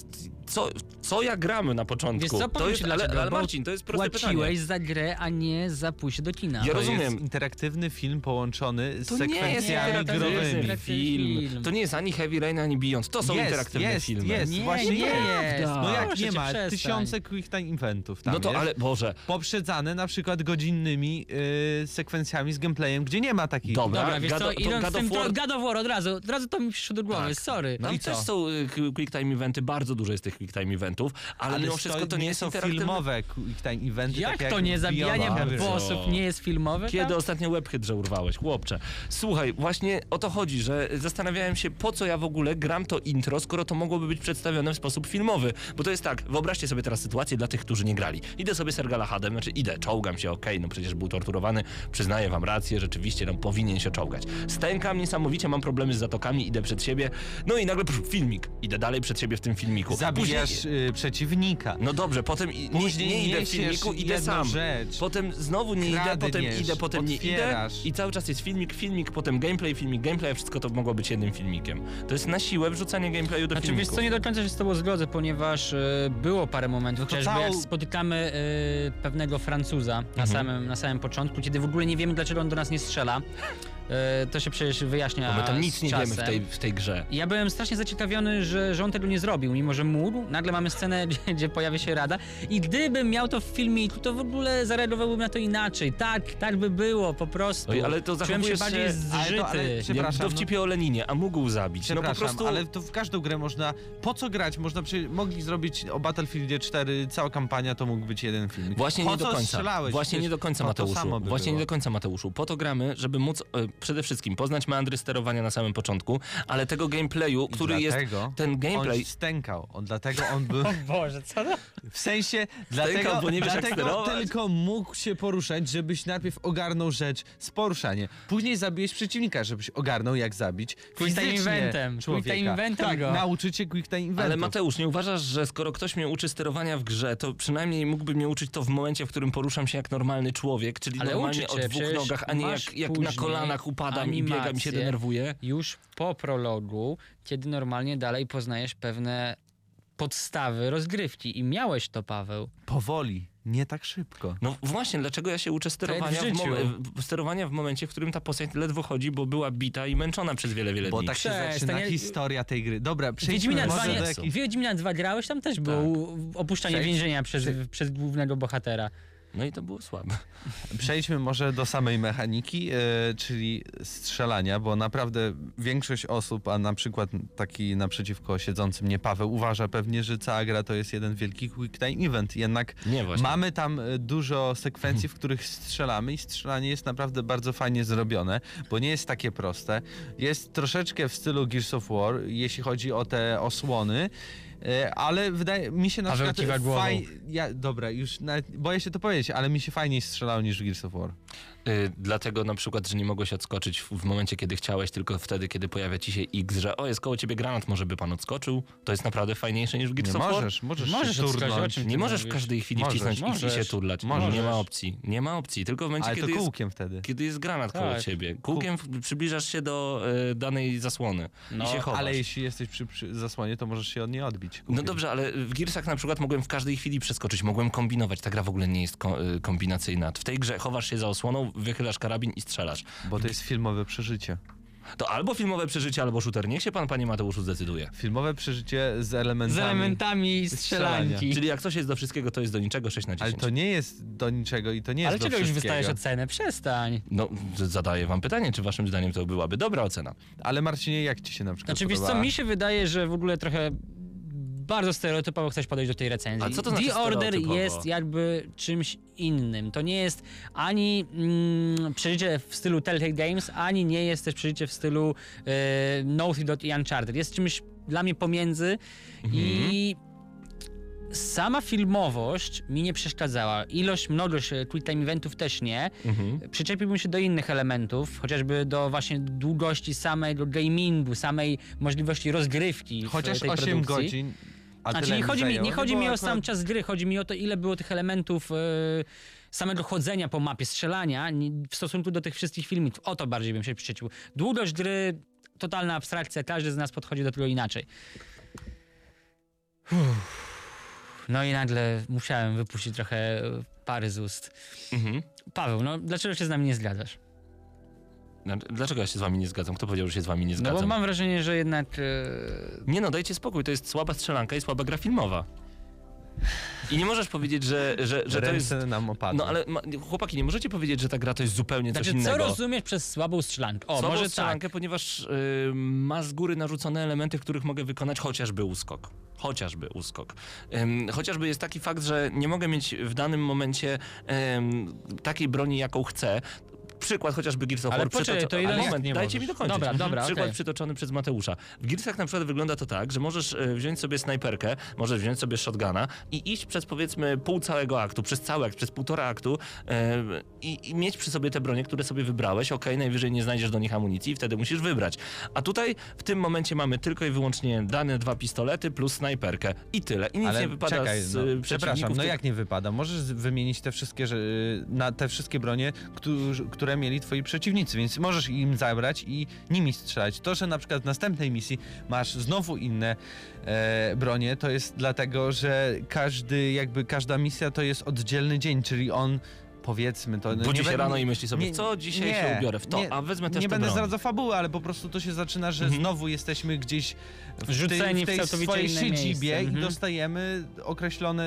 Co ja gramy na początku? Wiesz co, powiem ci dlaczego, ale bo Marcin, to jest proste Płaciłeś pytanie. za grę, a nie za pójście do kina. Ja To rozumiem. jest interaktywny film połączony z To nie jest sekwencjami interaktywny growymi. film. To nie jest ani Heavy Rain, ani Beyond. To są interaktywne filmy. Jest, Nie, właśnie nie jest. jest. No jak Proszę nie cię, ma, przestań. tysiące quick time eventów tam No to jest. ale, Boże. Poprzedzane na przykład godzinnymi sekwencjami z gameplayem, gdzie nie ma takich... Dobra, wiesz co, to idąc God z tym, of to War... God of War od razu to mi przyszło do głowy, Tak. sorry. No i co? też są quick time eventy, bardzo dużo jest tych quick time eventów, ale mimo wszystko to nie jest są interaktywne. filmowe quick time eventy. Jak takie to nie? w Zabijanie Beyond Heavy Rain. bossów nie jest filmowe? Kiedy tam? ostatnio webhydrze urwałeś, chłopcze? Słuchaj, właśnie o to chodzi, że zastanawiałem się, po co ja w ogóle gram to intro, skoro to mogłoby być przedstawione w sposób filmowy. Bo to jest tak, wyobraźcie sobie teraz sytuację dla tych, którzy nie grali. Idę sobie Sir Galahadem, znaczy idę, czołgam się, okej, no przecież był torturowany, przyznaję wam rację, rzeczywiście, no powinien się czołgać. Stękam niesamowicie, mam problemy z zatokami, idę przed siebie, no i nagle filmik. Idę dalej przed siebie w tym filmiku. Zabijasz Później- przeciwnika. No dobrze, potem Później nie idę w niesiesz filmiku, idę jedną sam. rzecz. Potem znowu nie idę, Kradniesz, potem idę, potem nie idę. otwierasz. I cały czas jest filmik, potem gameplay, a wszystko to mogło być jednym filmikiem. To jest na siłę wrzucanie gameplayu do Znaczy, wiesz filmiku. co, nie do końca się z tobą zgodzę, ponieważ było parę momentów, to chociażby jak spotykamy pewnego Francuza na samym początku, kiedy w ogóle nie wiemy, dlaczego on do nas nie strzela. To się przecież wyjaśnia Bo my tam nic z nie wiemy czasem. w tej grze. Ja byłem strasznie zaciekawiony, że on tego nie zrobił, mimo że mógł. Nagle mamy scenę, gdzie pojawia się Rada i gdybym miał to w filmiku, to w ogóle zareagowałbym na to inaczej. Tak by było, po prostu. Oj, ale to Czułem się zachowujesz bardziej się- zżyty. ale- Jak w Przepraszam, dowcipie o Leninie, a mógł zabić. No po Przepraszam, prostu... ale to w każdą grę można... Po co grać? Mogli zrobić o Battlefieldzie 4 cała kampania, to mógł być jeden film. Właśnie po nie do co końca. strzelałeś? Właśnie nie do końca, to samo Mateuszu. by Właśnie było. nie do końca, Mateuszu. Po to gramy, żeby móc przede wszystkim poznać meandry sterowania na samym początku, ale tego gameplayu, który jest... Ten gameplay... On stękał. Dlatego on był... O Boże, co to? W sensie, dlatego, bo nie wiesz, jak dlatego sterować. tylko mógł się poruszać, żebyś najpierw ogarnął rzecz z poruszania. Później zabiłeś przeciwnika, żebyś ogarnął, jak zabić Quick time fizycznie eventem. człowieka. Quick time eventem tak, go. nauczyć się quick time eventów. Ale Mateusz, nie uważasz, że skoro ktoś mnie uczy sterowania w grze, to przynajmniej mógłby mnie uczyć to w momencie, w którym poruszam się jak normalny człowiek, czyli Ale normalnie uczy o cię, dwóch przecież nogach, a nie masz jak na później kolanach upadam i biegam i się animację. denerwuję. Już po prologu, kiedy normalnie dalej poznajesz pewne podstawy rozgrywki i miałeś to, Paweł. Powoli, nie tak szybko. No właśnie, dlaczego ja się uczę sterowania w życiu. sterowania w momencie, w którym ta postać ledwo chodzi, bo była bita i męczona przez wiele Bo dni. tak się Przestań, zaczyna ja- historia tej gry. Dobra, przejdźmy Wiedźmina 2, może nie, do jakichś... Wiedźmina 2 grałeś? Tam też było opuszczanie Przejdź- więzienia przez głównego bohatera. No i to było słabe. Przejdźmy może do samej mechaniki, czyli strzelania, bo naprawdę większość osób, a na przykład taki naprzeciwko siedzący mnie Paweł, uważa pewnie, że cała gra to jest jeden wielki quick time event. Jednak Nie, właśnie. mamy tam dużo sekwencji, w których strzelamy i strzelanie jest naprawdę bardzo fajnie zrobione, bo nie jest takie proste. Jest troszeczkę w stylu Gears of War, jeśli chodzi o te osłony, ale wydaje mi się na Paweł przykład kiwa głową. dobra, już nawet boję się to powiedzieć, ale mi się fajniej strzelało niż w Gears of War. Dlatego na przykład, że nie mogłeś odskoczyć w momencie, kiedy chciałeś, tylko wtedy, kiedy pojawia ci się X, że jest koło ciebie granat, może by pan odskoczył. To jest naprawdę fajniejsze niż w Gears Nie of War. możesz Możesz się odskoczyć, turnąć. o czym Nie ty możesz w mówisz? każdej chwili Możesz, wcisnąć X i się możesz. turlać. Możesz. Nie ma opcji. Nie ma opcji. Tylko w momencie, Ale to kiedy jest, kółkiem wtedy. kiedy jest granat koło Tak. ciebie. Kółkiem przybliżasz się do danej zasłony No, i się chowasz. Ale jeśli jesteś przy zasłonie, to możesz się od niej odbić. No kółkiem. dobrze, ale w Gearsach na przykład mogłem w każdej chwili przeskoczyć, mogłem kombinować. Ta gra w ogóle nie jest kombinacyjna. W tej grze chowasz się za osłoną, wychylasz karabin i strzelasz. Bo to jest filmowe przeżycie. To albo filmowe przeżycie, albo shooter. Niech się pan, panie Mateuszu, zdecyduje. Filmowe przeżycie z elementami. Z elementami strzelania. strzelanki. Czyli jak coś jest do wszystkiego, to jest do niczego 6 na 10. Ale to nie jest do niczego i to nie jest Ale do czego już wszystkiego. wystajesz ocenę? Przestań. No, zadaję wam pytanie, czy waszym zdaniem to byłaby dobra ocena? Ale Marcinie, jak ci się na przykład Znaczy, wiesz co, podobała? mi się wydaje, że w ogóle trochę bardzo stereotypowo chcesz podejść do tej recenzji. A co to znaczy The Order stereotypowo? jest jakby czymś innym. To nie jest ani przeżycie w stylu Telltale Games, ani nie jest też przeżycie w stylu Naughty Dog i Uncharted. Jest czymś dla mnie pomiędzy i sama filmowość mi nie przeszkadzała. Mnogość quick time eventów też nie. Przyczepiłbym się do innych elementów, chociażby do właśnie długości samego gamingu, samej możliwości rozgrywki Chociaż w tej 8 produkcji. godzin, a Znaczy tyle nie chodzi mi, zajęło. nie chodzi mi było o sam akurat- czas gry, chodzi mi o to, ile było tych elementów samego chodzenia po mapie, strzelania w stosunku do tych wszystkich filmów. O to bardziej bym się przyczepił. Długość gry, totalna abstrakcja, każdy z nas podchodzi do tego inaczej. No i nagle musiałem wypuścić trochę pary z ust. Paweł, no dlaczego się z nami nie zgadzasz? Dlaczego ja się z wami nie zgadzam? Kto powiedział, że się z wami nie No zgadzam? bo mam wrażenie, że jednak... Nie no, dajcie spokój, to jest słaba strzelanka i słaba gra filmowa. I nie możesz powiedzieć, że to jest... Ręce nam opadły. No ale chłopaki, nie możecie powiedzieć, że ta gra to jest zupełnie coś Znaczy, innego. co rozumiesz przez słabą strzelankę? O, Słabą może strzelankę, tak. ponieważ ma z góry narzucone elementy, w których mogę wykonać chociażby uskok. Chociażby jest taki fakt, że nie mogę mieć w danym momencie takiej broni, jaką chcę. Przykład chociażby Gears of Ale War. poczekaj, to ile Ale jest- moment, nie dajcie możesz. mi dokończyć. Dobra, Przykład okej. przytoczony przez Mateusza. W Gearsach na przykład wygląda to tak, że możesz wziąć sobie snajperkę, możesz wziąć sobie shotguna i iść przez powiedzmy pół całego aktu, przez cały akt, przez półtora aktu i mieć przy sobie te bronie, które sobie wybrałeś. Okej, najwyżej nie znajdziesz do nich amunicji i wtedy musisz wybrać. A tutaj w tym momencie mamy tylko i wyłącznie dane 2 pistolety plus snajperkę i tyle. I nic Ale nie wypada czekaj, z no, przeciwników. przepraszam, no tylko- jak nie wypada? Możesz wymienić te wszystkie, na te wszystkie bronie, które mieli twoi przeciwnicy, więc możesz im zabrać i nimi strzelać. To, że na przykład w następnej misji masz znowu inne bronie, to jest dlatego, że każda misja to jest oddzielny dzień, czyli on powiedzmy to... Budzi nie się be- rano i myśli sobie, nie- co dzisiaj nie, się ubiorę w to, nie, a wezmę też nie tę będę broń. zdradzał fabuły, ale po prostu to się zaczyna, że znowu jesteśmy gdzieś Wrzuceni w tej w całkowicie swojej inne siedzibie miejsce. i Mhm. dostajemy określone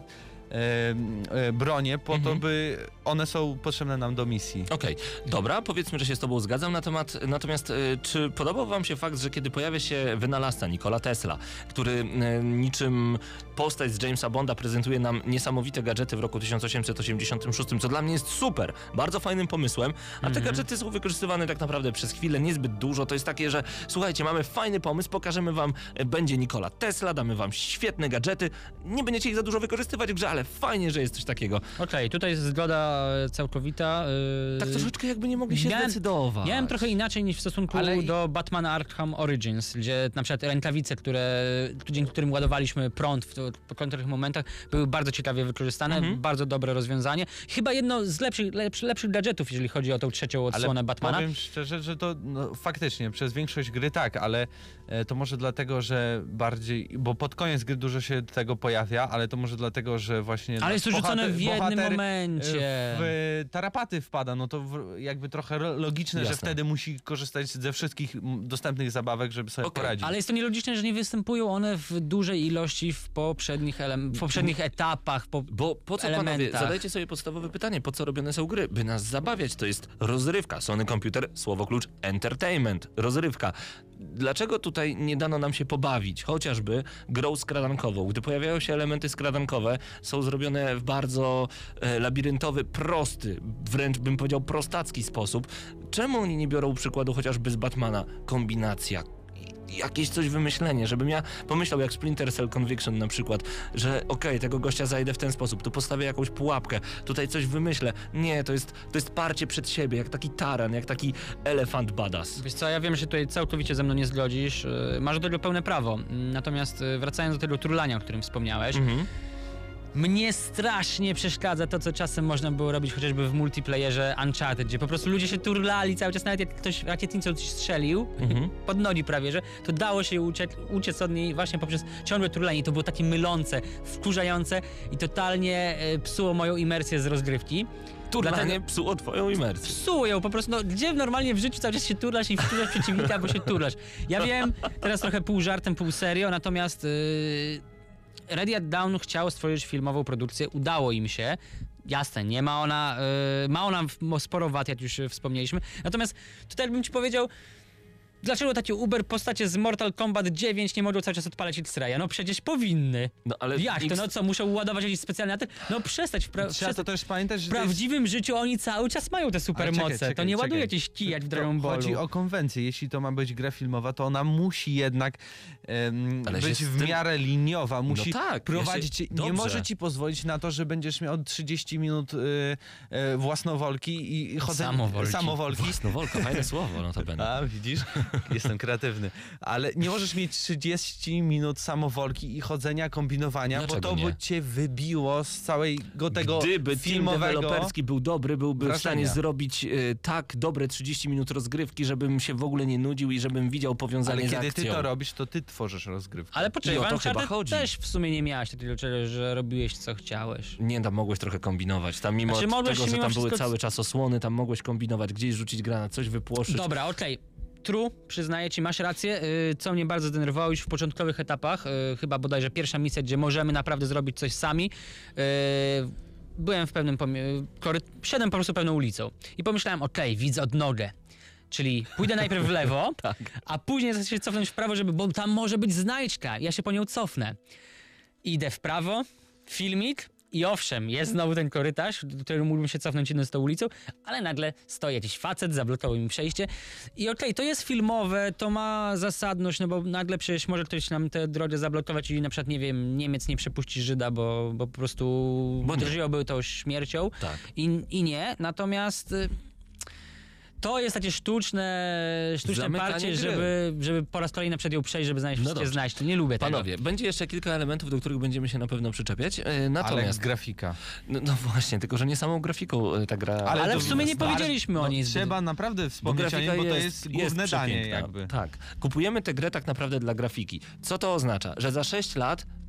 bronie po to, by one są potrzebne nam do misji. Okej, dobra, powiedzmy, że się z tobą zgadzam, natomiast czy podobał wam się fakt, że kiedy pojawia się wynalazca Nikola Tesla, który niczym postać z Jamesa Bonda prezentuje nam niesamowite gadżety w roku 1886, co dla mnie jest super, bardzo fajnym pomysłem, a te gadżety są wykorzystywane tak naprawdę przez chwilę, niezbyt dużo, to jest takie, że słuchajcie, mamy fajny pomysł, pokażemy wam, będzie Nikola Tesla, damy wam świetne gadżety, nie będziecie ich za dużo wykorzystywać w grze, ale fajnie, że jest coś takiego. Okej, tutaj jest zgoda całkowita. Tak troszeczkę jakby nie mogli się Miałem- zdecydować. Miałem trochę inaczej niż w stosunku Ale- do Batmana Arkham Origins, gdzie na przykład rękawice, dzięki którym ładowaliśmy prąd w konkretnych momentach, były bardzo ciekawie wykorzystane, bardzo dobre rozwiązanie. Chyba jedno z lepszych gadżetów, jeżeli chodzi o tą trzecią odsłonę Batmana. Powiem szczerze, że to faktycznie przez większość gry tak, ale to może dlatego, że bardziej, bo pod koniec gry dużo się tego pojawia, ale to może dlatego, że właśnie... Ale jest to rzucone w jednym bohater, momencie. w tarapaty wpada, no to jakby trochę logiczne, że Jasne. wtedy musi korzystać ze wszystkich dostępnych zabawek, żeby sobie Okej, poradzić. Ale jest to nielogiczne, że nie występują one w dużej ilości w poprzednich etapach, Bo po co, elementach. panowie, zadajcie sobie podstawowe pytanie, po co robione są gry? By nas zabawiać, to jest rozrywka. Sony Computer, słowo klucz, entertainment, rozrywka. Dlaczego tutaj nie dano nam się pobawić, chociażby grą skradankową? Gdy pojawiają się elementy skradankowe, są zrobione w bardzo labiryntowy, prosty, wręcz bym powiedział prostacki sposób. Czemu oni nie biorą przykładu chociażby z Batmana? Kombinacja. Jakieś coś wymyślenie, żebym ja pomyślał jak Splinter Cell Conviction na przykład, że okej, tego gościa zajdę w ten sposób, tu postawię jakąś pułapkę, tutaj coś wymyślę. Nie, to jest parcie przed siebie, jak taki taran, jak taki elefant badass. Wiesz co, ja wiem, że tutaj całkowicie ze mną nie zgodzisz. Masz do tego pełne prawo. Natomiast wracając do tego turlania, o którym wspomniałeś, mnie strasznie przeszkadza to, co czasem można było robić chociażby w multiplayerze Uncharted, gdzie po prostu ludzie się turlali cały czas, nawet jak ktoś rakietnicą coś strzelił, pod nogi prawie, że to dało się uciec od niej właśnie poprzez ciągłe turlanie. To było takie mylące, wkurzające i totalnie psuło moją imersję z rozgrywki. Turlanie psuło twoją imersję. Psuło ją po prostu, no gdzie normalnie w życiu cały czas się turlasz i wkurzasz przeciwnika, bo się turlasz. Ja wiem, teraz trochę pół żartem, pół serio, natomiast Ready at Dawn chciał stworzyć filmową produkcję, udało im się. Jasne, nie ma ona, ma ona sporo wad, jak już wspomnieliśmy. Natomiast tutaj bym ci powiedział, dlaczego takie uber postacie z Mortal Kombat 9 nie mogą cały czas odpalać X-Raya? No przecież powinny. No ale Jak to, no co, muszą ładować jakiś specjalny atak? No przestać, Trzeba to też pamiętać, że w prawdziwym życiu oni cały czas mają te supermoce. To nie ładuje jakieś kijać w Dragon Ballu. Chodzi o konwencję. Jeśli to ma być gra filmowa, to ona musi jednak Ale się być z w tym- miarę liniowa. Musi No tak, prowadzić. ja się- Nie dobrze. może ci pozwolić na to, że będziesz miał 30 minut własnowolki i chodzenie. Samowolki. Własnowolka, fajne słowo, no to będę. A, widzisz? Jestem kreatywny. Ale nie możesz mieć 30 minut samowolki i chodzenia, kombinowania, Dlaczego bo to nie? by cię wybiło z całego tego Gdyby team filmowego... deweloperski był dobry, byłby w wrażenia. stanie zrobić tak dobre 30 minut rozgrywki, żebym się w ogóle nie nudził i żebym widział powiązanie Ale z kiedy akcją. ty to robisz, to ty tworzysz rozgrywkę. Ale poczekaj, I o to w Uncharted chyba chodzi. też w sumie nie miałeś takiego czegoś, że robiłeś co chciałeś. Nie, tam mogłeś trochę kombinować. Tam mimo Znaczy, mogłeś tego, że mimo tam były wszystko- cały czas osłony, tam mogłeś kombinować, gdzieś rzucić granat, coś wypłoszyć. Dobra, okej. True, przyznaję ci, masz rację. Co mnie bardzo denerwowało już w początkowych etapach, chyba bodajże pierwsza misja, gdzie możemy naprawdę zrobić coś sami. Byłem w pewnym szedłem po prostu pewną ulicą i pomyślałem, okej, widzę odnogę. Czyli pójdę najpierw w lewo, a później chcę się cofnąć w prawo, bo tam może być znajdźka. Ja się po nią cofnę. Idę w prawo, filmik i owszem, jest znowu ten korytarz, do którego mógłbym się cofnąć idąc tą ulicą, ale nagle stoi jakiś facet, zablokował mi przejście i okej, to jest filmowe, to ma zasadność, no bo nagle przecież może ktoś nam tę drogę zablokować i na przykład, nie wiem, Niemiec nie przepuści Żyda, bo po prostu groziłoby to śmiercią Tak. i nie, natomiast... To jest takie sztuczne Zamykanie parcie, gry. żeby po raz kolejny przed ją przejść, żeby znaleźć No wszystkie dobrze. znajdźki. Nie lubię tego. Panowie, będzie jeszcze kilka elementów, do których będziemy się na pewno przyczepiać. Ale Natomiast, grafika. no właśnie, tylko że nie samą grafiką ta gra... Ale to- w sumie nie ale- powiedzieliśmy o niej zbyt. Trzeba naprawdę wspomnieć o niej, bo to jest główne danie przepiękna. jakby. Tak. Kupujemy tę grę tak naprawdę dla grafiki. Co to oznacza? Że za 6 lat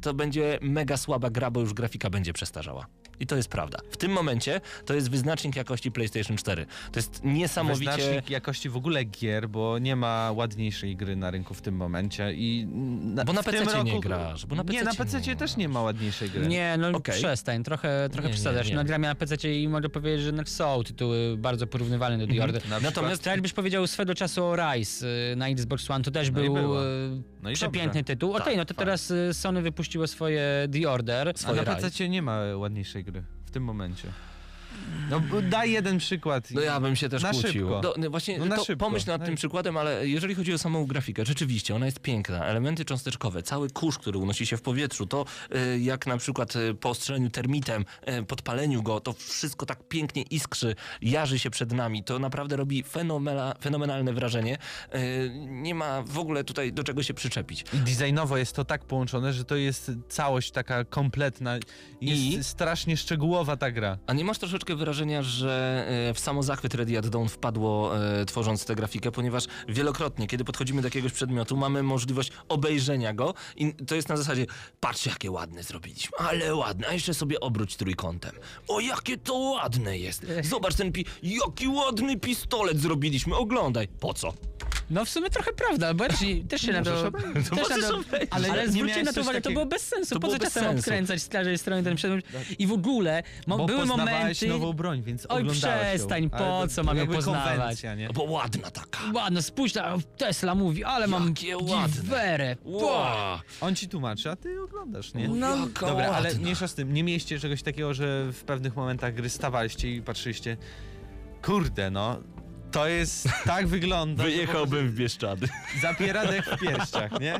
to będzie mega słaba gra, bo już grafika będzie przestarzała. I to jest prawda. W tym momencie to jest wyznacznik jakości PlayStation 4. To jest niesamowicie... Wyznacznik jakości w ogóle gier, bo nie ma ładniejszej gry na rynku w tym momencie i... Bo na w tym PC nie roku- grasz. Bo na Nie, na PC też nie ma ładniejszej gry. Nie, no Okej. przestań, trochę Nie, przesadzasz. nie. No gram ja na PC i mogę powiedzieć, że są tytuły bardzo porównywalne do The Order. Na Natomiast Tak jakbyś powiedział swego czasu o Rise na Xbox One, to też No i był było. No i przepiękny tytuł. Okej, no to teraz Sony wypuściło swoje The Order. A swoje na Rise. PC nie ma ładniejszej gry w tym momencie. No daj jeden przykład. No ja bym się też Na kłócił. szybko. Właśnie No na to szybko. pomyśl nad No tym i- przykładem, ale jeżeli chodzi o samą grafikę, rzeczywiście ona jest piękna. Elementy cząsteczkowe, cały kurz, który unosi się w powietrzu, to jak na przykład po ostrzeleniu termitem, podpaleniu go, to wszystko tak pięknie iskrzy, jarzy się przed nami. To naprawdę robi fenomenalne wrażenie. Nie ma w ogóle tutaj do czego się przyczepić. I designowo jest to tak połączone, że to jest całość taka kompletna. Jest I- strasznie szczegółowa ta gra. A nie masz troszeczkę wrażenia, że w samozachwyt Ready at Dawn wpadło tworząc tę grafikę, ponieważ wielokrotnie, kiedy podchodzimy do jakiegoś przedmiotu, mamy możliwość obejrzenia go i to jest na zasadzie, patrz jakie ładne zrobiliśmy, ale ładne, a jeszcze sobie obróć trójkątem. O, jakie to ładne jest. Zobacz jaki ładny pistolet zrobiliśmy, oglądaj. Po co? No w sumie trochę prawda, bo też się na to... Też możesz na to obejrzeć. ale nie zwróćcie miałeś na to coś uwagę, to takiego- było bez sensu. To Po było co bez czasem sensu. odkręcać z każdej strony ten przedmiot? I w ogóle Bo były poznawałeś momenty... nową broń, więc Oj, oglądałeś przestań, ją. po Ale to co mam ją jakby poznawać? konwencja, nie? Bo ładna taka. Ładno, spójrz, Tesla mówi, ale mam Jakie ładne. giwerę. Wow. On ci tłumaczy, a ty oglądasz, nie? No, Jaka Dobra, ale ładna. mniejsza z tym, nie mieliście czegoś takiego, że w pewnych momentach gry stawaliście i patrzyliście, kurde no, to jest, tak wygląda. Wyjechałbym w Bieszczady. Zapiera dech w pierściach, nie?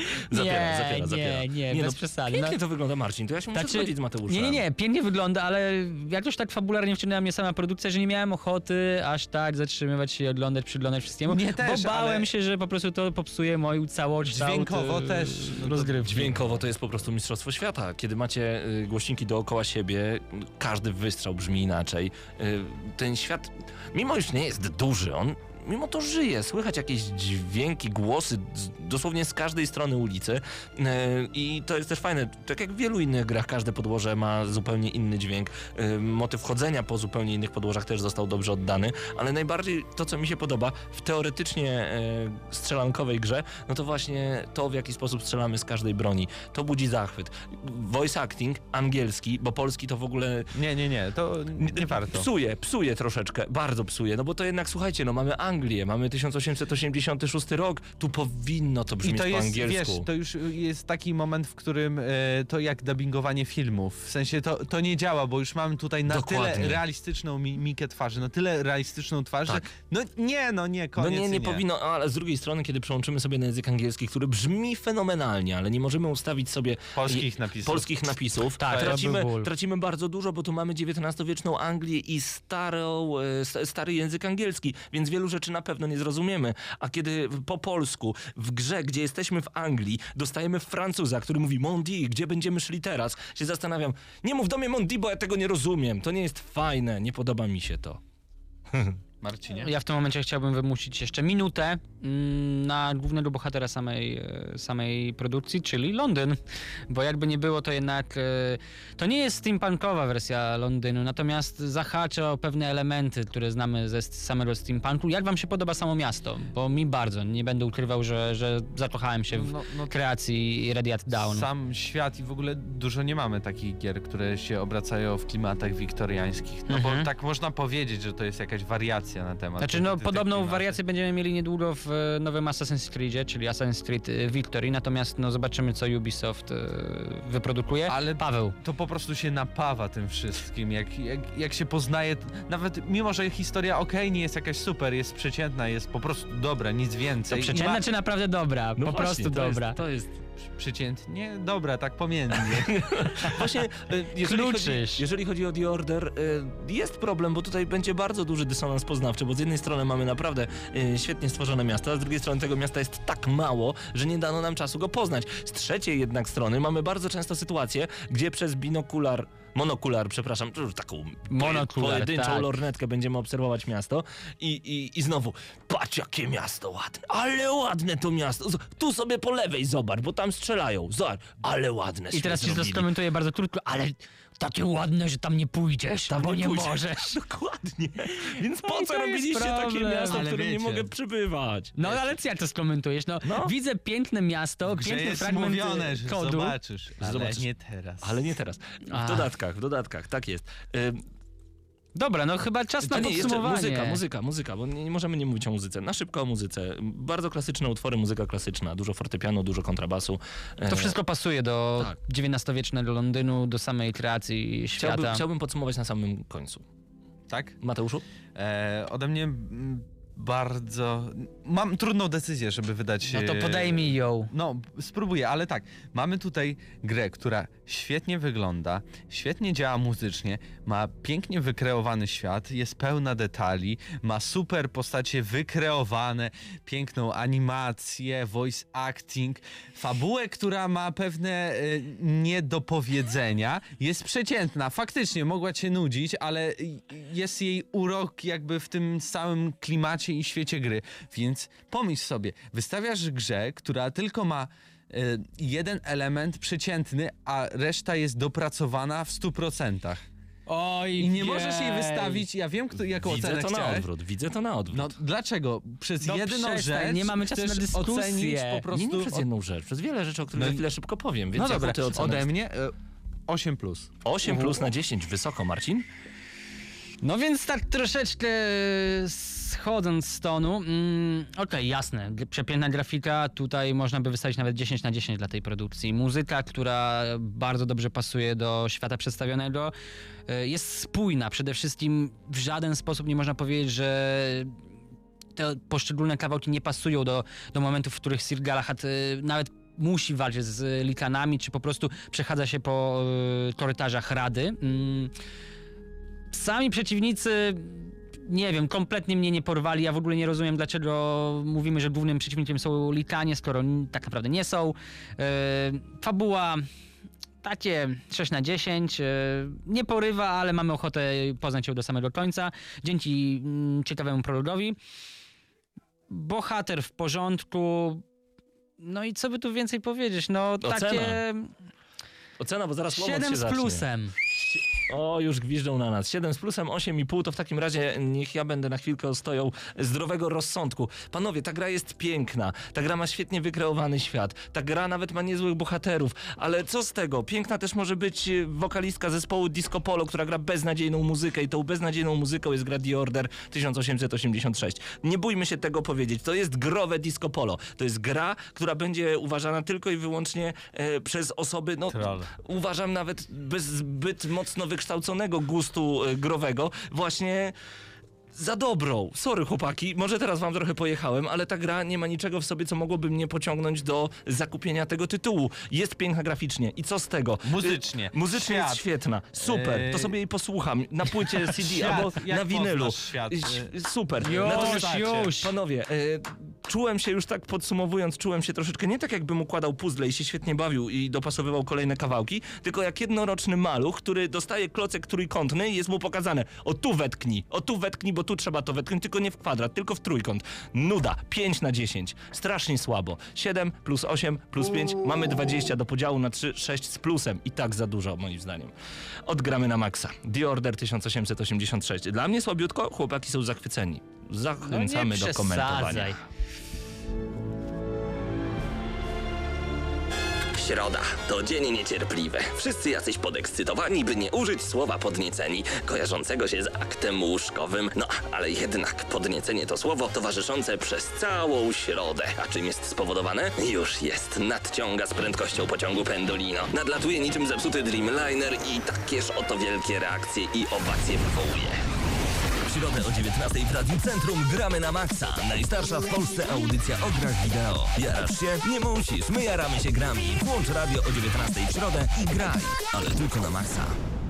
Zapiera. Nie, bez przesady. No, Pięknie to wygląda, Marcin, to ja się muszę Znaczy, zgodzić z Mateuszem. nie, pięknie wygląda, ale jakoś tak fabularnie wciągnęła mnie sama produkcja, że nie miałem ochoty aż tak zatrzymywać się i przyglądać wszystkiemu, Nie też, bo bałem ale- się, że po prostu to popsuje moją całość Dźwiękowo też, no to rozgrywki. Dźwiękowo to jest po prostu mistrzostwo świata. Kiedy macie głośniki dookoła siebie, każdy wystrzał brzmi inaczej. Ten świat, mimo iż nie jest duży, on mimo to żyje. Słychać jakieś dźwięki, głosy dosłownie z każdej strony ulicy i to jest też fajne. Tak jak w wielu innych grach, każde podłoże ma zupełnie inny dźwięk. Motyw chodzenia po zupełnie innych podłożach też został dobrze oddany, ale najbardziej to, co mi się podoba w teoretycznie strzelankowej grze, no to właśnie to, w jaki sposób strzelamy z każdej broni. To budzi zachwyt. Voice acting angielski, bo polski to w ogóle Nie, to nie warto. Psuje troszeczkę, bardzo psuje, no bo to jednak, słuchajcie, no mamy Anglię, mamy 1886 rok, tu powinno to I brzmieć to po jest, angielsku. wiesz, to już jest taki moment, w którym to jak dubbingowanie filmów, w sensie to nie działa, bo już mamy tutaj na Dokładnie. tyle realistyczną mimikę twarzy, na tyle realistyczną twarz, Tak. że nie, koniec No nie i powinno, ale z drugiej strony, kiedy przełączymy sobie na język angielski, który brzmi fenomenalnie, ale nie możemy ustawić sobie polskich napisów, Tak, to był ból. tracimy bardzo dużo, bo tu mamy XIX-wieczną Anglię i stary język angielski, więc wielu rzeczy na pewno nie zrozumiemy. A kiedy po polsku, w grze, gdzie jesteśmy w Anglii, dostajemy Francuza, który mówi Mondi, gdzie będziemy szli teraz, się zastanawiam, nie mów do mnie Mondi, bo ja tego nie rozumiem, to nie jest fajne, nie podoba mi się to. Marcinie? Ja w tym momencie chciałbym wymusić jeszcze minutę na głównego bohatera samej produkcji, czyli Londyn. Bo jakby nie było, to jednak to nie jest steampunkowa wersja Londynu, natomiast zahacza o pewne elementy, które znamy ze samego steampunku. Jak wam się podoba samo miasto? Bo mi bardzo, nie będę ukrywał, że zakochałem się w kreacji Ready at Dawn. Sam świat i w ogóle dużo nie mamy takich gier, które się obracają w klimatach wiktoriańskich. No bo tak można powiedzieć, że to jest jakaś wariacja na temat. Znaczy, tych podobną klimatów. wariację będziemy mieli niedługo w nowym Assassin's Creedzie, czyli Assassin's Creed Victory, natomiast zobaczymy, co Ubisoft wyprodukuje. Ale Paweł. to po prostu się napawa tym wszystkim, jak się poznaje, nawet mimo, że historia nie jest jakaś super, jest przeciętna, jest po prostu dobra, nic więcej. Przeciętna czy naprawdę dobra? No po właśnie, prostu dobra. To jest Przeciętnie dobra, tak pomiędzy. Właśnie, Kluczysz. jeżeli chodzi o The Order, jest problem, bo tutaj będzie bardzo duży dysonans poznawczy, bo z jednej strony mamy naprawdę świetnie stworzone miasto, a z drugiej strony tego miasta jest tak mało, że nie dano nam czasu go poznać. Z trzeciej jednak strony mamy bardzo często sytuację, gdzie przez monokular, przepraszam, taką pojedynczą tak. lornetkę będziemy obserwować miasto i znowu, patrz jakie miasto ładne, ale ładne to miasto, tu sobie po lewej zobacz, bo tam tam strzelają. Zobacz, ale ładne I teraz ci zrobili. to skomentuję bardzo krótko, ale takie ładne, że tam nie pójdziesz, Tam bo nie pójdziesz. możesz. Dokładnie. Więc No po i co to jest robiliście takie problem. miasto, w Ale którym nie wiecie. mogę przybywać? No ale co jak to skomentujesz? No, No. widzę piękne miasto, Że piękny jest fragment mówione, że kodu. zobaczysz, ale Zobaczysz. nie teraz. Ale nie teraz. A. W dodatkach, tak jest. Dobra, no chyba czas na To nie, jeszcze podsumowanie. muzyka, bo nie możemy nie mówić o muzyce. Na szybko o muzyce. Bardzo klasyczne utwory, muzyka klasyczna. Dużo fortepianu, dużo kontrabasu. To wszystko pasuje do tak. XIX-wiecznego Londynu, do samej kreacji świata. Chciałbym podsumować na samym końcu. Tak? Mateuszu? Ode mnie bardzo... Mam trudną decyzję, żeby wydać... No to podaj mi ją. No, spróbuję, ale tak. Mamy tutaj grę, która świetnie wygląda, świetnie działa muzycznie, ma pięknie wykreowany świat, jest pełna detali, ma super postacie wykreowane, piękną animację, voice acting, fabułę, która ma pewne niedopowiedzenia, jest przeciętna. Faktycznie mogła cię nudzić, ale jest jej urok jakby w tym samym klimacie i świecie gry. Więc pomyśl sobie, wystawiasz grę, która tylko ma jeden element przeciętny, a reszta jest dopracowana w 100%. Oj, I nie możesz jej wystawić, ja wiem, jaką Widzę ocenę to na chciałeś. odwrót, widzę to na odwrót. No dlaczego? Przez No jedną przestań, rzecz nie mamy czasu na chcesz dyskusję. ocenić po prostu... nie przez jedną rzecz, przez wiele rzeczy, o których No za i- chwilę szybko powiem, więc No dobra, ty ocenę? ode mnie 8+. 8 plus na 10, wysoko, Marcin? No więc tak troszeczkę schodząc z tonu, okej, jasne, przepiękna grafika, tutaj można by wystawić nawet 10 na 10 dla tej produkcji. Muzyka, która bardzo dobrze pasuje do świata przedstawionego, jest spójna, przede wszystkim w żaden sposób nie można powiedzieć, że te poszczególne kawałki nie pasują do momentów, w których Sir Galahad nawet musi walczyć z likanami, czy po prostu przechadza się po korytarzach Rady. Sami przeciwnicy, nie wiem, kompletnie mnie nie porwali. Ja w ogóle nie rozumiem, dlaczego mówimy, że głównym przeciwnikiem są Litanie, skoro tak naprawdę nie są. Fabuła takie 6 na 10. Nie porywa, ale mamy ochotę poznać ją do samego końca. Dzięki ciekawemu prologowi. Bohater w porządku. No i co by tu więcej powiedzieć? No takie Ocena, bo zaraz łomot 7 się z zacznie. plusem. O, już gwiżdżą na nas. 7 z plusem, 8,5 to w takim razie niech ja będę na chwilkę stoją zdrowego rozsądku. Panowie, ta gra jest piękna. Ta gra ma świetnie wykreowany świat. Ta gra nawet ma niezłych bohaterów. Ale co z tego? Piękna też może być wokalistka zespołu Disco Polo, która gra beznadziejną muzykę i tą beznadziejną muzyką jest gra The Order 1886. Nie bójmy się tego powiedzieć. To jest growe Disco Polo. To jest gra, która będzie uważana tylko i wyłącznie przez osoby, no Troll. uważam nawet bez zbyt mocno wykształconego gustu growego, właśnie za dobrą. Sorry chłopaki, może teraz wam trochę pojechałem, ale ta gra nie ma niczego w sobie, co mogłoby mnie pociągnąć do zakupienia tego tytułu. Jest piękna graficznie i co z tego? Muzycznie. Muzycznie jest Świat. świetna. Super, to sobie jej posłucham na płycie CD Świat. albo Jak na winylu. poznasz świat? Super. Już, Natomiast, już. panowie, czułem się już tak podsumowując, czułem się troszeczkę nie tak jakbym układał puzzle i się świetnie bawił i dopasowywał kolejne kawałki, tylko jak jednoroczny maluch, który dostaje klocek trójkątny i jest mu pokazane: o tu wetknij, bo tu trzeba to wetknąć, tylko nie w kwadrat, tylko w trójkąt. Nuda. 5 na 10. Strasznie słabo. 7 plus 8 plus 5. Mamy 20 do podziału na 3, 6 z plusem. I tak za dużo, moim zdaniem. Odgramy na maksa. The Order 1886. Dla mnie słabiutko, chłopaki są zachwyceni. Zachęcamy do komentowania. przesadzaj. Środa to dzień niecierpliwy. Wszyscy jacyś podekscytowani, by nie użyć słowa podnieceni, kojarzącego się z aktem łóżkowym. No, ale jednak podniecenie to słowo towarzyszące przez całą środę. A czym jest spowodowane? Już jest. Nadciąga z prędkością pociągu Pendolino. Nadlatuje niczym zepsuty Dreamliner i takież oto wielkie reakcje i owacje wywołuje. W środę o 19:00 w Radiu Centrum gramy na maksa. Najstarsza w Polsce audycja o grach wideo. Jarasz się? Nie musisz. My jaramy się grami. Włącz radio o 19:00 w środę i graj. Ale tylko na maksa.